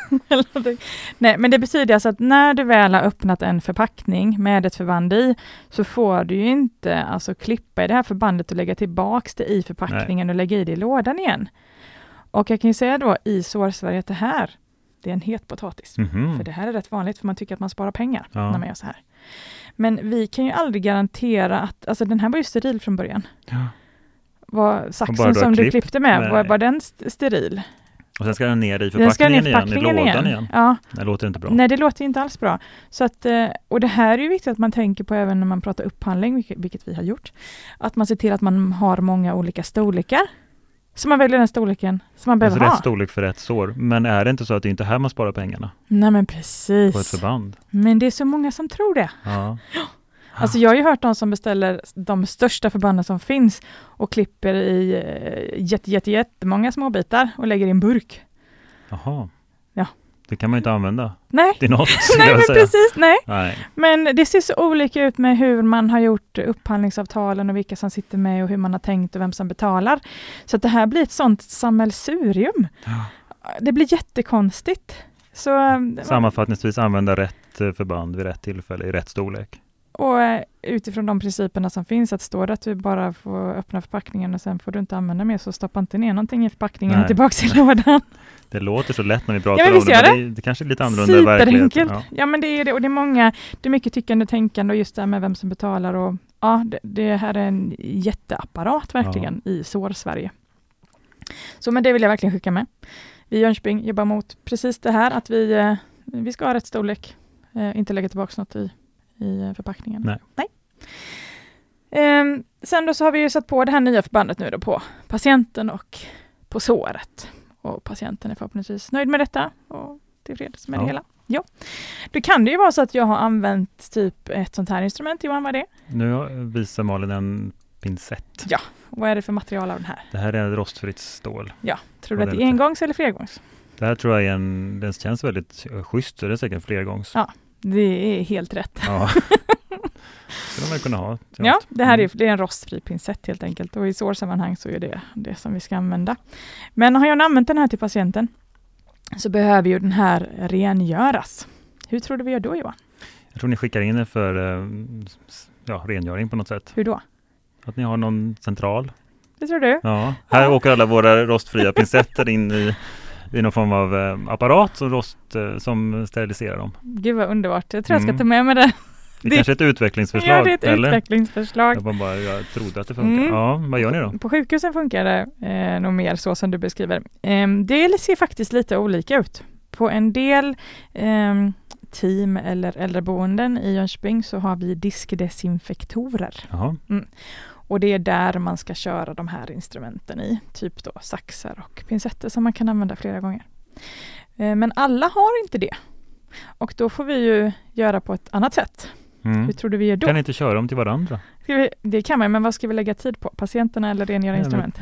Speaker 1: Nej, men det betyder alltså att när du väl har öppnat en förpackning med ett förband i så får du ju inte alltså klippa i det här förbandet och lägga tillbaks det i förpackningen och lägga i det i lådan igen. Och jag kan ju säga då i Sårsverige att det är en het potatis. För det här är rätt vanligt för man tycker att man sparar pengar när man gör så här. Men vi kan ju aldrig garantera att, alltså den här var ju steril från början. Ja. Var saxen som du klippte med, var den steril? Och
Speaker 2: sen ska den ner i förpackningen igen, i lådan igen.
Speaker 1: Ja.
Speaker 2: Det låter inte bra.
Speaker 1: Nej, det låter inte alls bra. Så att, och det här är ju viktigt att man tänker på även när man pratar upphandling, vilket vi har gjort. Att man ser till att man har många olika storlekar. Så man väljer den storleken som man behöver ha.
Speaker 2: Rätt storlek för rätt sår. Men är det inte så att det inte är här man sparar pengarna?
Speaker 1: Nej, men precis.
Speaker 2: På ett förband.
Speaker 1: Men det är så många som tror det.
Speaker 2: Ja.
Speaker 1: Alltså jag har ju hört de som beställer de största förbanden som finns och klipper i jättemånga små bitar och lägger i en burk.
Speaker 2: Jaha.
Speaker 1: Ja.
Speaker 2: Det kan man ju inte använda.
Speaker 1: Nej.
Speaker 2: Det är något,
Speaker 1: nej, men
Speaker 2: säga.
Speaker 1: Precis. Nej.
Speaker 2: Nej.
Speaker 1: Men det ser så olika ut med hur man har gjort upphandlingsavtalen och vilka som sitter med och hur man har tänkt och vem som betalar. Så att det här blir ett sånt sammelsurium. Ja. Det blir jättekonstigt. Så,
Speaker 2: sammanfattningsvis använda rätt förband vid rätt tillfälle i rätt storlek.
Speaker 1: Och utifrån de principerna som finns, att står det att du bara får öppna förpackningen och sen får du inte använda mer, så stoppa inte ner någonting i förpackningen och tillbaka i lådan.
Speaker 2: Det låter så lätt när vi pratar om det, men det kanske är lite annorlunda i verkligheten.
Speaker 1: Ja, men det är det, och det är mycket tyckande och tänkande och just det här med vem som betalar och ja, det här är en jätteapparat verkligen i Sårsverige. Så men det vill jag verkligen skicka med. Vi i Jönköping jobbar mot precis det här, att vi ska ha rätt storlek, inte lägga tillbaka något i förpackningen. Nej. Sen då så har vi ju satt på det här nya förbandet nu då på patienten och på såret. Och patienten är förhoppningsvis nöjd med detta och tillfreds med det hela. Ja. Då kan det ju vara så att jag har använt typ ett sånt här instrument. Johan, vad är det?
Speaker 2: Nu visar Malin en pincett.
Speaker 1: Ja, Vad är det för material av den här?
Speaker 2: Det här är rostfritt stål.
Speaker 1: Ja, tror du att det är engångs eller flergångs?
Speaker 2: Det här tror jag den känns väldigt schysst, så det är säkert flergångs.
Speaker 1: Ja, det är helt rätt.
Speaker 2: Ja. Det man kunna ha.
Speaker 1: Ja, det här är en rostfri pincett helt enkelt. Och i sårsammanhang så är det som vi ska använda. Men har jag använt den här till patienten så behöver ju den här rengöras. Hur tror du vi gör då, Johan?
Speaker 2: Jag tror ni skickar in det för rengöring på något sätt.
Speaker 1: Hur då?
Speaker 2: Att ni har någon central.
Speaker 1: Det tror du?
Speaker 2: Ja, här åker alla våra rostfria pincetter in i någon form av apparat som steriliserar dem.
Speaker 1: Gud vad underbart. Jag tror jag ska ta med mig det.
Speaker 2: Det är kanske ett utvecklingsförslag.
Speaker 1: Ja, det är ett utvecklingsförslag.
Speaker 2: Jag trodde att det funkar. Ja, vad gör ni då?
Speaker 1: På sjukhusen funkar det nog mer så som du beskriver. Det ser faktiskt lite olika ut. På en del team eller äldreboenden i Jönköping så har vi diskdesinfektorer. Och det är där man ska köra de här instrumenten i. Typ då saxar och pincetter som man kan använda flera gånger. Men alla har inte det. Och då får vi ju göra på ett annat sätt. Hur tror du vi gör då?
Speaker 2: Kan ni inte köra dem till varandra?
Speaker 1: Det kan man, men vad ska vi lägga tid på? Patienterna eller rengöra instrument?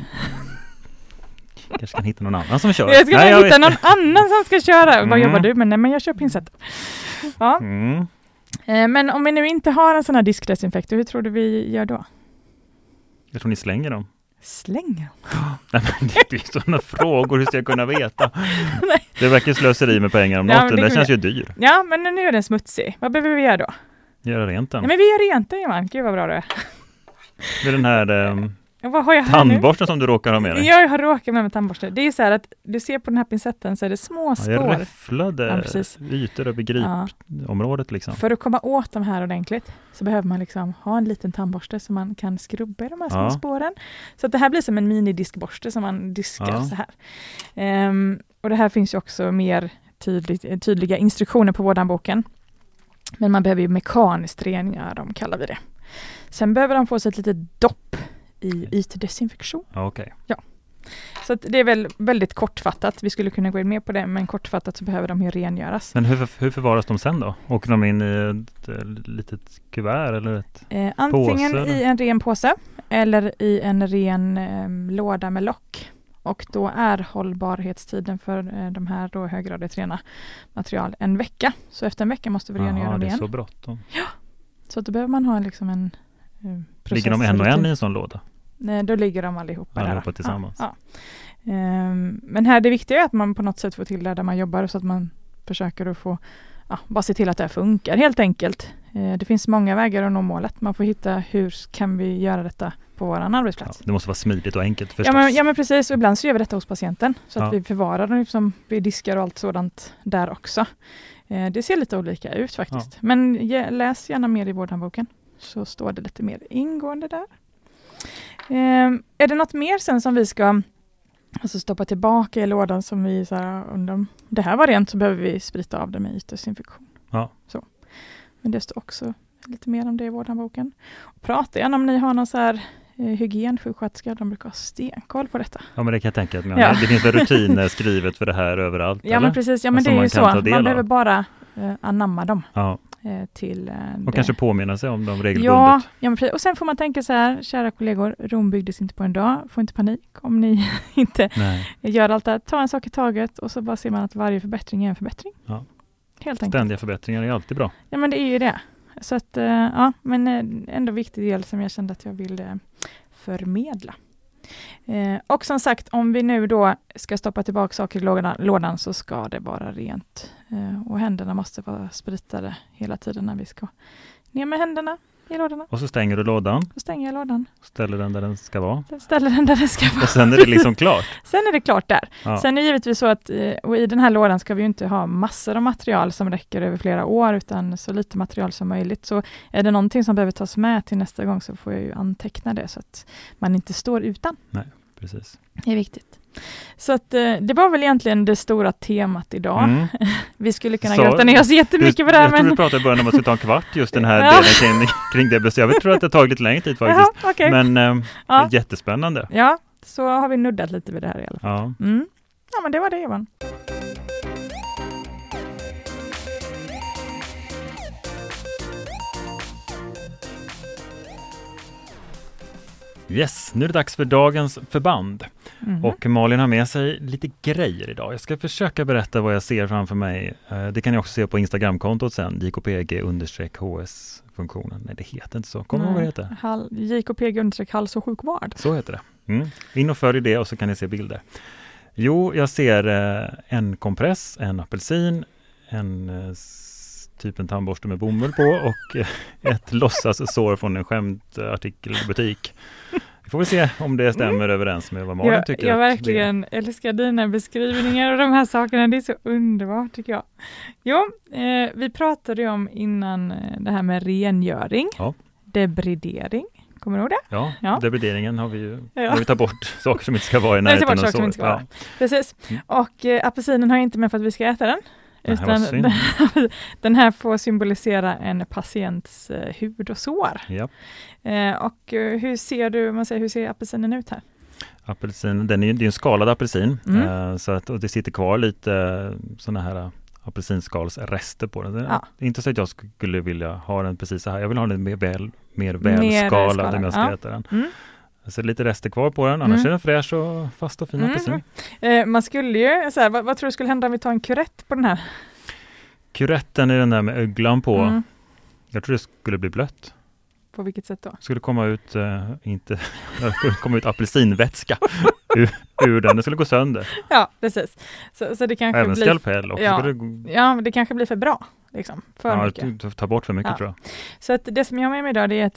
Speaker 2: Kanske kan hitta någon annan som kör.
Speaker 1: Jag ska hitta någon annan som ska köra. Vad jobbar du med? Nej, men jag kör pincett. Ja. Men om vi nu inte har en sån här diskdesinfektor, hur tror du vi gör då?
Speaker 2: Jag tror ni slänger dem.
Speaker 1: Slänger?
Speaker 2: Nej, men det är sådana frågor, hur ska jag kunna veta? Det verkar slöseri med pengar om något. Det känns ju dyr.
Speaker 1: Ja, men nu är den smutsig. Vad behöver vi göra då?
Speaker 2: Göra rent den.
Speaker 1: Ja, men vi gör rent den, Johan. Gud vad bra det är.
Speaker 2: Med den här
Speaker 1: vad har jag här
Speaker 2: tandborsten som du råkar ha med dig.
Speaker 1: Jag har råkat med tandborste. Det är så här att du ser på den här pincetten så är det små spår.
Speaker 2: Ja, räfflade ytor över gripområdet liksom.
Speaker 1: För att komma åt de här ordentligt så behöver man liksom ha en liten tandborste som man kan skrubba i de här små spåren. Så att det här blir som en minidiskborste som man diskar så här. Och det här finns ju också mer tydliga instruktioner på vårdhandboken. Men man behöver ju mekaniskt rengöra dem, kallar vi det. Sen behöver de få sig ett litet dopp i ytdesinfektion.
Speaker 2: Okej.
Speaker 1: Ja. Så att det är väl väldigt kortfattat. Vi skulle kunna gå in mer på det, men kortfattat så behöver de ju rengöras.
Speaker 2: Men hur förvaras de sen då? Åker de in i ett litet kuvert eller ett
Speaker 1: antingen
Speaker 2: påse,
Speaker 1: i en ren påse eller i en ren låda med lock. Och då är hållbarhetstiden för de här då höggradigt rena material en vecka. Så efter en vecka måste vi rengöra dem igen.
Speaker 2: Det är så bråttom.
Speaker 1: Ja, så då behöver man ha liksom en process.
Speaker 2: Ligger de en och en i en sån låda?
Speaker 1: Nej, då ligger de allihopa
Speaker 2: tillsammans.
Speaker 1: Ja. Men här det viktiga är att man på något sätt får till det där man jobbar så att man försöker att få bara se till att det här funkar helt enkelt. Det finns många vägar att nå målet. Man får hitta hur kan vi göra detta på vår arbetsplats.
Speaker 2: Ja, det måste vara smidigt och enkelt förstås.
Speaker 1: Ja men precis, och ibland så gör vi detta hos patienten så att vi förvarar dem liksom, vi diskar och allt sådant där också. Det ser lite olika ut faktiskt. Men läs gärna mer i vårdhandboken så står det lite mer ingående där. Är det något mer sen som vi ska stoppa tillbaka i lådan som vi så här, om det här var rent så behöver vi sprita av det med ytdesinfektion.
Speaker 2: Ja.
Speaker 1: Så. Men det står också lite mer om det i vårdhandboken. Prata gärna om ni har någon så här hygiensjuksköterska, de brukar ha stenkoll på detta.
Speaker 2: Ja, men det kan jag tänka att det finns väl rutiner skrivet för det här överallt.
Speaker 1: Ja,
Speaker 2: eller?
Speaker 1: Men precis. Ja, men det är ju så. Man behöver bara anamma dem.
Speaker 2: Ja.
Speaker 1: Till
Speaker 2: och kanske påminna sig om dem regelbundet.
Speaker 1: Ja, men precis. Och sen får man tänka så här, kära kollegor, Rom byggdes inte på en dag. Få inte panik om ni inte gör allt det. Ta en sak i taget och så bara ser man att varje förbättring är en förbättring.
Speaker 2: Ja.
Speaker 1: Helt enkelt.
Speaker 2: Ständiga förbättringar är alltid bra.
Speaker 1: Ja, men det är ju det. Så att, men ändå viktig del som jag kände att jag ville förmedla. Och som sagt, om vi nu då ska stoppa tillbaka saker i lådan så ska det vara rent. Och händerna måste vara spritade hela tiden när vi ska ner med händerna i lådorna.
Speaker 2: Och så stänger du lådan.
Speaker 1: Så stänger jag lådan.
Speaker 2: Ställer den där den ska vara.
Speaker 1: Ställer den där den ska vara.
Speaker 2: Och sen är det liksom klart.
Speaker 1: Sen är det klart där.
Speaker 2: Ja.
Speaker 1: Sen är det givetvis så att och i den här lådan ska vi ju inte ha massor av material som räcker över flera år utan så lite material som möjligt. Så är det någonting som behöver tas med till nästa gång så får jag ju anteckna det så att man inte står utan.
Speaker 2: Nej, precis.
Speaker 1: Det är viktigt. Så att det var väl egentligen det stora temat idag. Vi skulle kunna grotta ner oss jättemycket på det här.
Speaker 2: Jag tror du pratade i början om att det skulle ta en kvart just den här delen kring det. Jag tror att det har tagit lite längre tid faktiskt.
Speaker 1: Jaha, okay.
Speaker 2: Men det är jättespännande.
Speaker 1: Ja, så har vi nuddat lite vid det här i alla fall.
Speaker 2: Ja.
Speaker 1: Ja, men det var det, Johan.
Speaker 2: Yes, nu är det dags för dagens förband. Och Malin har med sig lite grejer idag. Jag ska försöka berätta vad jag ser framför mig. Det kan ni också se på Instagramkontot sen, JKPG_HS-funktionen. Nej, det heter inte så. Kommer du ihåg vad det heter?
Speaker 1: JKPG_hals och sjukvård.
Speaker 2: Så heter det. In och följ det och så kan ni se bilder. Jo, jag ser en kompress, en apelsin, typ en tandborste med bomull på och ett låtsassår från en skämtartikelbutik. Vi får väl se om det stämmer överens med vad Malin tycker.
Speaker 1: Jag verkligen älskar dina beskrivningar och de här sakerna. Det är så underbart tycker jag. Jo, vi pratade ju om innan det här med rengöring. Ja. Debridering. Kommer du ihåg det?
Speaker 2: Ja, debrideringen har vi ju vi tar bort saker som inte ska vara i närheten och så.
Speaker 1: Ja. Precis. Och apelsinen har inte med för att vi ska äta den. Utan den här får symbolisera en patients hud och sår. Ja. Och hur ser apelsinen ut här?
Speaker 2: Apelsin, det är en skalad apelsin. Så att, och det sitter kvar lite såna här apelsinskalsrester på den. Det är inte så att jag skulle vilja ha den precis så här. Jag vill ha den mer välskalad om jag ska äta den. Så lite rester kvar på den, annars är den fräsch och fast och fin apelsin.
Speaker 1: Man skulle ju, så här, vad tror du skulle hända om vi tar en kurett på den här?
Speaker 2: Kuretten är den där med öglan på. Jag tror det skulle bli blött.
Speaker 1: På vilket sätt då?
Speaker 2: Skulle komma ut apelsinvätska ur den. Det skulle gå sönder.
Speaker 1: Ja, precis. Så det kanske
Speaker 2: även skalpell också.
Speaker 1: Ja, det kanske blir för bra. Liksom, för mycket.
Speaker 2: Ta bort för mycket tror jag.
Speaker 1: Så att det som jag har med mig idag, det är ett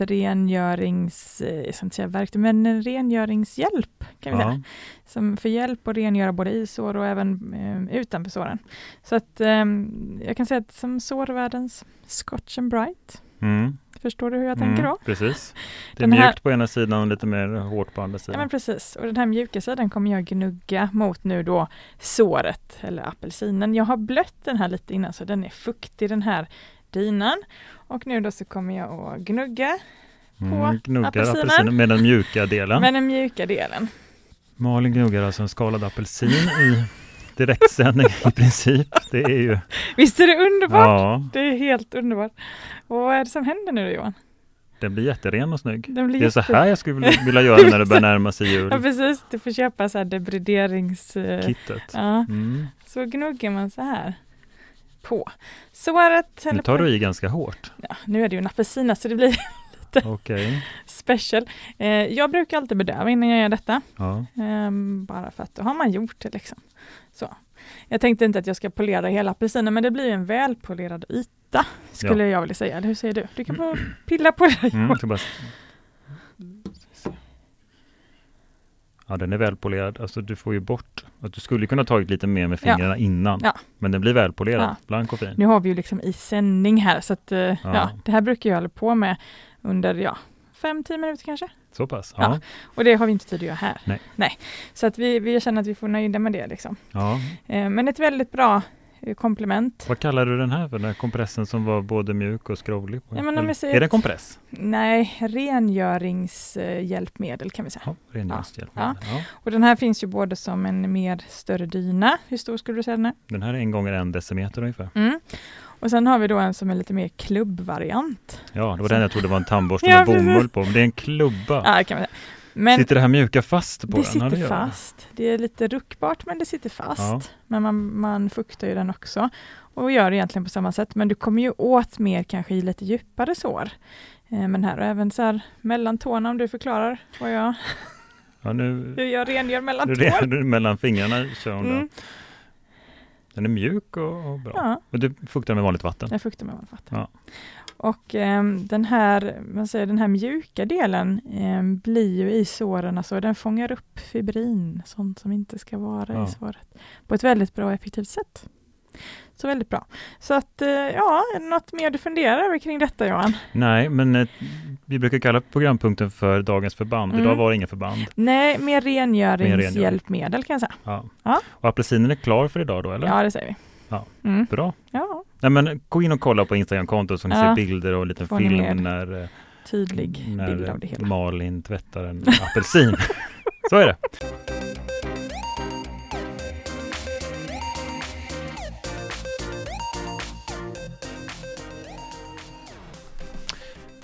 Speaker 1: rengöringshjälp kan vi säga. Som för hjälp att rengöra både i sår och även utanför såren. Så att jag kan säga att som sårvärldens Scotch and Bright. Förstår du hur jag tänker då?
Speaker 2: Precis. Det är mjukt på ena sidan och lite mer hårt på andra sidan.
Speaker 1: Ja, men precis. Och den här mjuka sidan kommer jag gnugga mot nu då såret eller apelsinen. Jag har blött den här lite innan så den är fuktig den här dynan. Och nu då så kommer jag att gnugga på apelsinen
Speaker 2: med den mjuka delen.
Speaker 1: Med den mjuka delen.
Speaker 2: Malin gnuggar alltså en skalad apelsin i direktsändning i princip. Det är ju...
Speaker 1: Visst är det underbart? Ja. Det är helt underbart. Och vad är det som händer nu då, Johan?
Speaker 2: Den blir jätteren och snygg. Det är så här jag skulle vilja göra när det börjar närma sig jul.
Speaker 1: Ja, precis. Du får köpa så här debrideringskittet.
Speaker 2: Ja.
Speaker 1: Så gnuggar man så här på såret.
Speaker 2: Nu tar du i ganska hårt.
Speaker 1: Ja, nu är det ju en apelsin så det blir lite special. Jag brukar alltid bedöva innan jag gör detta. Ja. Bara för att då har man gjort det liksom. Så. Jag tänkte inte att jag ska polera hela apelsinen, men det blir en välpolerad yta skulle jag vilja säga. Eller hur säger du? Du kan bara pilla på det.
Speaker 2: Ja, den är välpolerad. Alltså du får ju bort att du skulle kunna tagit lite mer med fingrarna innan. Ja. Men den blir välpolerad, blank och fin.
Speaker 1: Nu har vi ju liksom i sändning här så att det här brukar jag hålla på med under 5-10 minuter kanske.
Speaker 2: Så pass?
Speaker 1: Ja. Och det har vi inte tid att göra här. Nej. Så att vi känner att vi får nöjda med det liksom. Ja. Men ett väldigt bra komplement.
Speaker 2: Vad kallar du den här för? Den här kompressen som var både mjuk och skrovlig?
Speaker 1: Ja, men om vi säger
Speaker 2: är det en kompress?
Speaker 1: Nej, rengöringshjälpmedel kan vi säga.
Speaker 2: Ja, rengöringshjälpmedel.
Speaker 1: Ja. Och den här finns ju både som en mer större dyna. Hur stor skulle du säga den är?
Speaker 2: Den här är 1 x 1 decimeter ungefär.
Speaker 1: Och sen har vi då en som är lite mer klubbvariant.
Speaker 2: Ja, det var den jag trodde var en tandborste med bomull på. Men det är en klubba.
Speaker 1: Ja, kan man säga. Men
Speaker 2: sitter det här mjuka fast på den?
Speaker 1: Det sitter fast. Det är lite ruckbart men det sitter fast. Ja. Men man fuktar ju den också. Och gör egentligen på samma sätt. Men du kommer ju åt mer kanske i lite djupare sår. Men här och även så här mellan tårna om du förklarar vad jag...
Speaker 2: Ja,
Speaker 1: hur jag rengör mellan tår.
Speaker 2: Mellan fingrarna kör hon där. Den är mjuk och bra. Ja. Och du fuktar med vanligt vatten?
Speaker 1: Jag fuktar med vanligt vatten. Ja. Och den här mjuka delen blir ju i såren, alltså den fångar upp fibrin, sånt som inte ska vara i såret, på ett väldigt bra och effektivt sätt. Så väldigt bra. Så att, är det något mer du funderar över kring detta, Johan?
Speaker 2: Nej, men vi brukar kalla programpunkten för dagens förband. Idag var det inga förband.
Speaker 1: Nej, mer rengöringshjälpmedel kan jag säga.
Speaker 2: Ja. Och apelsinen är klar för idag då, eller?
Speaker 1: Ja, det säger vi.
Speaker 2: Ja, bra. Ja. Nej, men gå in och kolla på Instagram-kontot så ni ser bilder och en liten film när
Speaker 1: bild av det hela.
Speaker 2: Malin tvättar en apelsin. Så är det.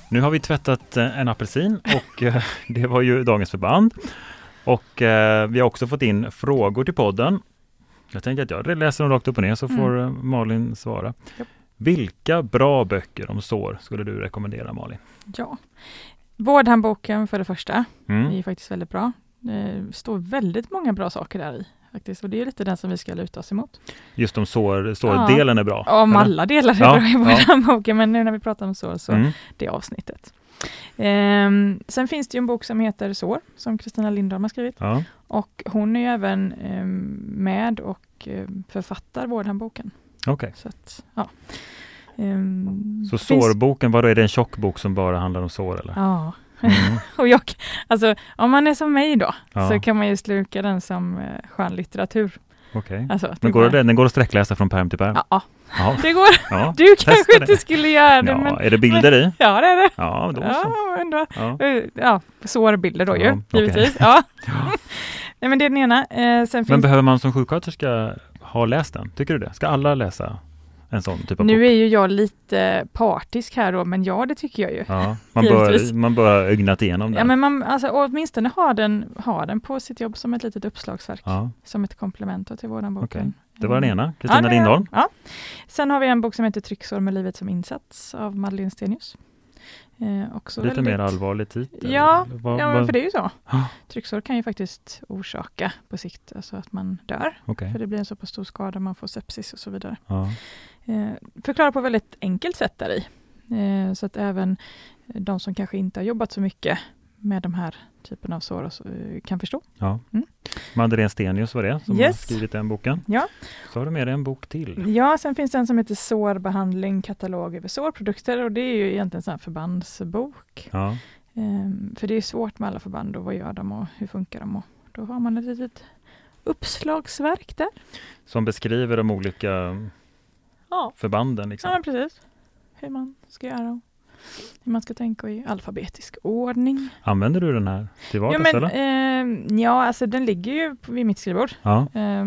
Speaker 2: Nu har vi tvättat en apelsin och det var ju dagens förband. Och vi har också fått in frågor till podden. Jag tänker att jag läser dem rakt upp och ner så får Malin svara.
Speaker 1: Japp.
Speaker 2: Vilka bra böcker om sår skulle du rekommendera, Malin?
Speaker 1: Ja, Vårdhandboken för det första.
Speaker 2: Mm.
Speaker 1: Det är faktiskt väldigt bra. Det står väldigt många bra saker där i. Faktiskt. Och det är lite den som vi ska luta oss emot.
Speaker 2: Just om sårdelen är bra?
Speaker 1: Om
Speaker 2: eller?
Speaker 1: alla delar är bra i Vårdhandboken, men nu när vi pratar om sår så det avsnittet. Sen finns det ju en bok som heter Sår, som Kristina Lindholm har skrivit.
Speaker 2: Ja.
Speaker 1: Och hon är ju även med och författar Vårdhandboken.
Speaker 2: Okej.
Speaker 1: Så att, ja.
Speaker 2: Så sårboken, vad då är det en tjock bok som bara handlar om sår eller?
Speaker 1: Ja.
Speaker 2: Mm.
Speaker 1: Och alltså, om man är som mig då så kan man ju sluka den som skönlitteratur.
Speaker 2: Okej.
Speaker 1: Alltså,
Speaker 2: Men den går att sträckläsa från pärm till pärm?
Speaker 1: Ja,
Speaker 2: ja.
Speaker 1: Det går.
Speaker 2: Ja,
Speaker 1: du kanske inte skulle göra det.
Speaker 2: Ja,
Speaker 1: men,
Speaker 2: är det bilder i?
Speaker 1: Ja, det är det.
Speaker 2: Ja, då så.
Speaker 1: Ja, sårbilder då ju,
Speaker 2: okay.
Speaker 1: givetvis. Ja. Nej, men det är den ena.
Speaker 2: Men behöver man som sjuksköterska ha läst den? Tycker du det? Ska alla läsa en sån typ av
Speaker 1: nu
Speaker 2: bok?
Speaker 1: är ju jag lite partisk här då, men ja, det tycker jag ju.
Speaker 2: Ja, man bör ögnat igenom den.
Speaker 1: Ja, men man, alltså, åtminstone ha den på sitt jobb som ett litet uppslagsverk.
Speaker 2: Ja.
Speaker 1: Som ett komplement till Vårdhandboken. Okay.
Speaker 2: Det var den ena, Kristina Lindholm.
Speaker 1: Ja. Sen har vi en bok som heter Trycksår med livet som insats av Madeleine Stenius. Också
Speaker 2: lite mer allvarlig titel.
Speaker 1: Ja, men för det är ju så.
Speaker 2: Ah.
Speaker 1: Trycksår kan ju faktiskt orsaka på sikt alltså att man dör.
Speaker 2: Okay.
Speaker 1: För det blir en så pass stor skada, man får sepsis och så vidare.
Speaker 2: Ja.
Speaker 1: Förklara på väldigt enkelt sätt där i. Så att även de som kanske inte har jobbat så mycket med de här typen av sår kan förstå.
Speaker 2: Ja. Madeleine Stenius var det som har skrivit den boken.
Speaker 1: Ja.
Speaker 2: Så har du med dig en bok till.
Speaker 1: Ja, sen finns det en som heter Sårbehandling, katalog över sårprodukter, och det är ju egentligen en sån här förbandsbok.
Speaker 2: Ja.
Speaker 1: För det är svårt med alla förband och vad gör de och hur funkar de, och då har man ett litet uppslagsverk där.
Speaker 2: Som beskriver de olika förbanden liksom.
Speaker 1: Ja, men precis. Hur man ska göra och hur man ska tänka i alfabetisk ordning.
Speaker 2: Använder du den här till vardags eller?
Speaker 1: Alltså den ligger ju vid mitt skrivbord.
Speaker 2: Ja.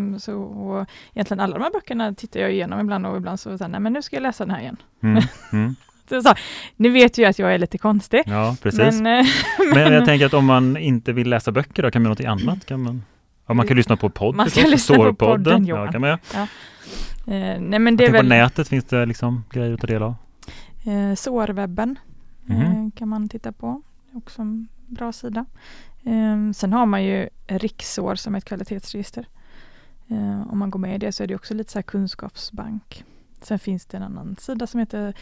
Speaker 1: Och egentligen alla de här böckerna tittar jag igenom ibland, och ibland så nej, men nu ska jag läsa den här igen. Så, nu vet ju att jag är lite konstig.
Speaker 2: Ja, precis. Men jag tänker att om man inte vill läsa böcker då kan man något annat. Man kan lyssna på podd.
Speaker 1: Man ska lyssna på podden,
Speaker 2: ja, kan man göra.
Speaker 1: Ja. Nej, men det är
Speaker 2: väl... På nätet finns det liksom grejer att ta del av.
Speaker 1: Sårwebben kan man titta på. Det är också en bra sida. Sen har man ju Riksår som ett kvalitetsregister. Om man går med i det så är det också lite så här kunskapsbank. Sen finns det en annan sida som heter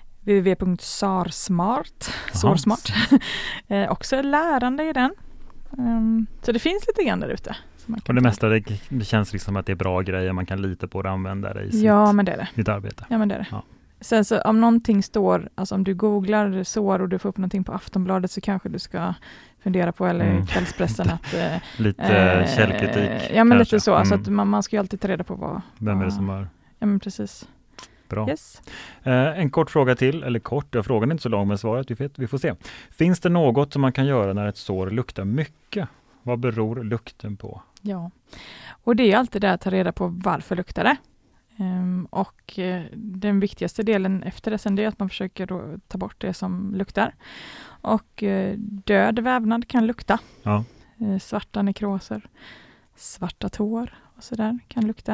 Speaker 1: www.sarsmart. Sårsmart. Också lärande i den. Så det finns lite grann där ute.
Speaker 2: Och det mesta det känns liksom att det är bra grejer. Man kan lita på det och använda det i sitt arbete.
Speaker 1: Ja, men det är det. Ja. Sen så om någonting står, alltså om du googlar sår och du får upp någonting på Aftonbladet, så kanske du ska fundera på, eller Kvällspressen att...
Speaker 2: lite källkritik.
Speaker 1: Ja, men kanske. Lite så. Alltså att man ska ju alltid ta reda på
Speaker 2: vem är det som har...
Speaker 1: Ja, men precis.
Speaker 2: Bra.
Speaker 1: Yes.
Speaker 2: En kort fråga till, eller kort, frågan är inte så lång, men svaret vi får se. Finns det något som man kan göra när ett sår luktar mycket? Vad beror lukten på?
Speaker 1: Ja, och det är alltid det att ta reda på varför luktar det. Och den viktigaste delen efter det sen, det är att man försöker då ta bort det som luktar. Och död vävnad kan lukta.
Speaker 2: Ja.
Speaker 1: Svarta nekroser, svarta tår och sådär kan lukta.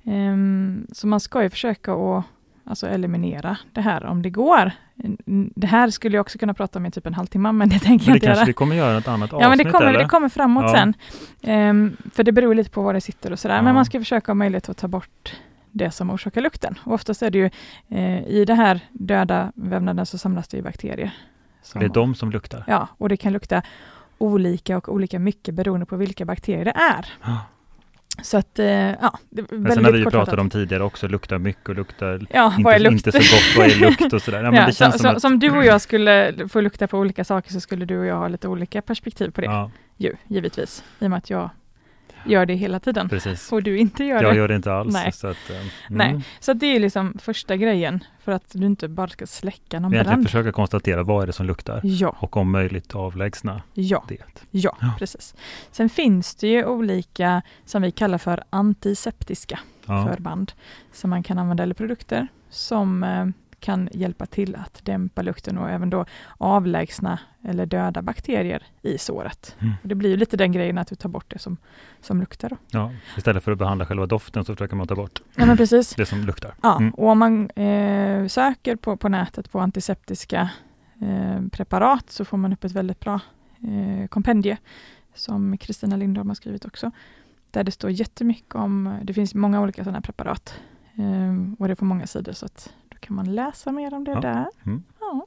Speaker 1: Så man ska ju försöka att eliminera det här om det går. Det här skulle jag också kunna prata om i typ en halvtimme, men det tänker jag inte göra.
Speaker 2: Vi kommer göra ett annat avsnitt.
Speaker 1: Ja, men det kommer framåt sen. För det beror lite på var det sitter och sådär. Ja. Men man ska försöka ha möjlighet att ta bort det som orsakar lukten. Och oftast är det ju i det här döda vävnaden så samlas det i bakterier.
Speaker 2: Det är de som luktar?
Speaker 1: Ja, och det kan lukta olika mycket beroende på vilka bakterier det är. Ja. Så att,
Speaker 2: men sen har vi pratat om tidigare också, luktar mycket och luktar
Speaker 1: inte
Speaker 2: så gott, vad är lukt och sådär. Ja, men det känns
Speaker 1: som du och jag skulle få lukta på olika saker, så skulle du och jag ha lite olika perspektiv på det. Ja. Givetvis, i och med att jag gör det hela tiden.
Speaker 2: Precis.
Speaker 1: Och du inte gör det.
Speaker 2: Jag gör det inte alls.
Speaker 1: Nej. Så att det är liksom första grejen, för att du inte bara ska släcka någon brand.
Speaker 2: Försöka konstatera vad är det som luktar.
Speaker 1: Ja.
Speaker 2: Och om möjligt avlägsna det.
Speaker 1: Ja, precis. Sen finns det ju olika som vi kallar för antiseptiska förband som man kan använda, eller produkter som kan hjälpa till att dämpa lukten och även då avlägsna eller döda bakterier i såret. Och det blir ju lite den grejen att du tar bort det som luktar. Då.
Speaker 2: Ja, istället för att behandla själva doften så försöker man ta bort
Speaker 1: men precis.
Speaker 2: det som luktar.
Speaker 1: Ja, och om man söker på nätet på antiseptiska preparat så får man upp ett väldigt bra kompendie som Kristina Lindholm har skrivit också. Där det står jättemycket om, det finns många olika sådana här preparat och det är på många sidor så att då kan man läsa mer om det där. Ja.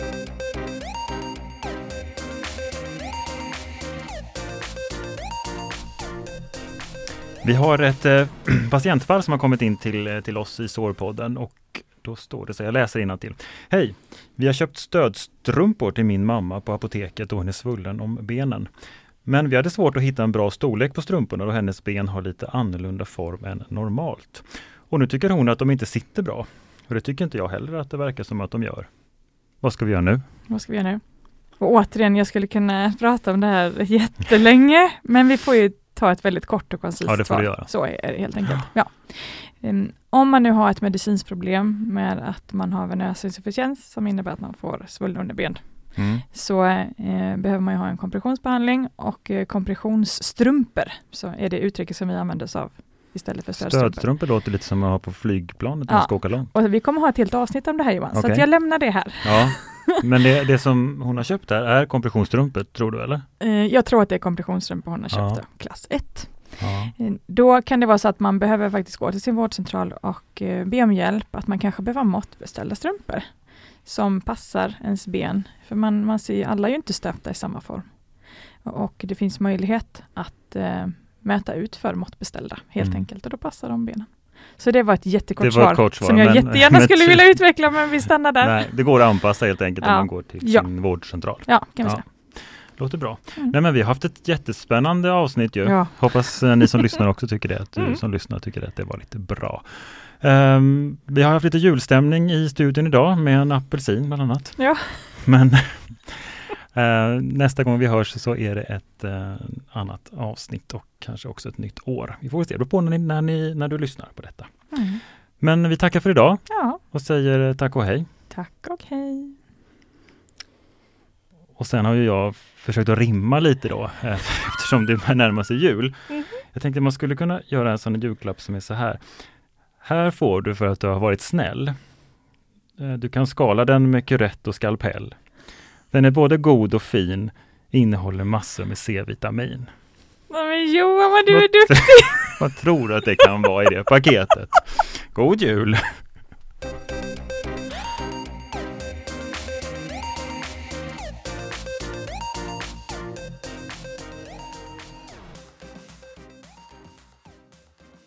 Speaker 2: Vi har ett patientfall som har kommit in till oss i Sårpodden och då står det så, jag läser innantill. Hej, vi har köpt stödstrumpor till min mamma på apoteket och hon är svullen om benen. Men vi hade svårt att hitta en bra storlek på strumporna och hennes ben har lite annorlunda form än normalt. Och nu tycker hon att de inte sitter bra. Och det tycker inte jag heller att det verkar som att de gör. Vad ska vi göra nu?
Speaker 1: Och återigen, jag skulle kunna prata om det här jättelänge, men vi får ju ta ett väldigt kort och koncist
Speaker 2: Ja, det får vi göra.
Speaker 1: Så är det helt enkelt. Ja. Om man nu har ett medicinskt problem med att man har venös insufficiens som innebär att man får svullna underben så behöver man ju ha en kompressionsbehandling och kompressionsstrumpor så är det uttrycket som vi använder oss av istället för stödstrumpor.
Speaker 2: Stödstrumpor låter lite som att ha på flygplanet när man ska åka långt.
Speaker 1: Och vi kommer ha ett helt avsnitt om det här Johan, så att jag lämnar det här.
Speaker 2: Ja, men det som hon har köpt här är kompressionsstrumpor, tror du eller?
Speaker 1: Jag tror att det är kompressionsstrumpor hon har köpt, klass 1.
Speaker 2: Ja.
Speaker 1: Då kan det vara så att man behöver faktiskt gå till sin vårdcentral och be om hjälp, att man kanske behöver måttbeställda strumpor som passar ens ben. För man ser alla är ju inte stöpta i samma form. Och det finns möjlighet att mäta ut för måttbeställda helt enkelt och då passar de benen. Så det var ett jättekort svar som jag jättegärna skulle vilja utveckla, men vi stannar där.
Speaker 2: Nej, det går att anpassa helt enkelt om man går till sin vårdcentral.
Speaker 1: Ja, kan vi säga.
Speaker 2: Låter bra. Nej, men vi har haft ett jättespännande avsnitt ju. Ja. Hoppas ni som lyssnar också tycker det. Att du som lyssnar tycker att det var lite bra. Vi har haft lite julstämning i studion idag med en apelsin bland annat. Ja. Men nästa gång vi hörs så är det ett annat avsnitt och kanske också ett nytt år. Vi får se på när du lyssnar på detta. Men vi tackar för idag och säger tack och hej.
Speaker 1: Tack och hej.
Speaker 2: Och sen har ju jag försökt att rimma lite då eftersom det närmar sig jul. Jag tänkte att man skulle kunna göra en sån julklapp som är så här. Här får du för att du har varit snäll. Du kan skala den med kurett och skalpell. Den är både god och fin. Innehåller massor med C-vitamin.
Speaker 1: Men Johan, vad du är duktig!
Speaker 2: Vad tror du att det kan vara i det paketet? God jul!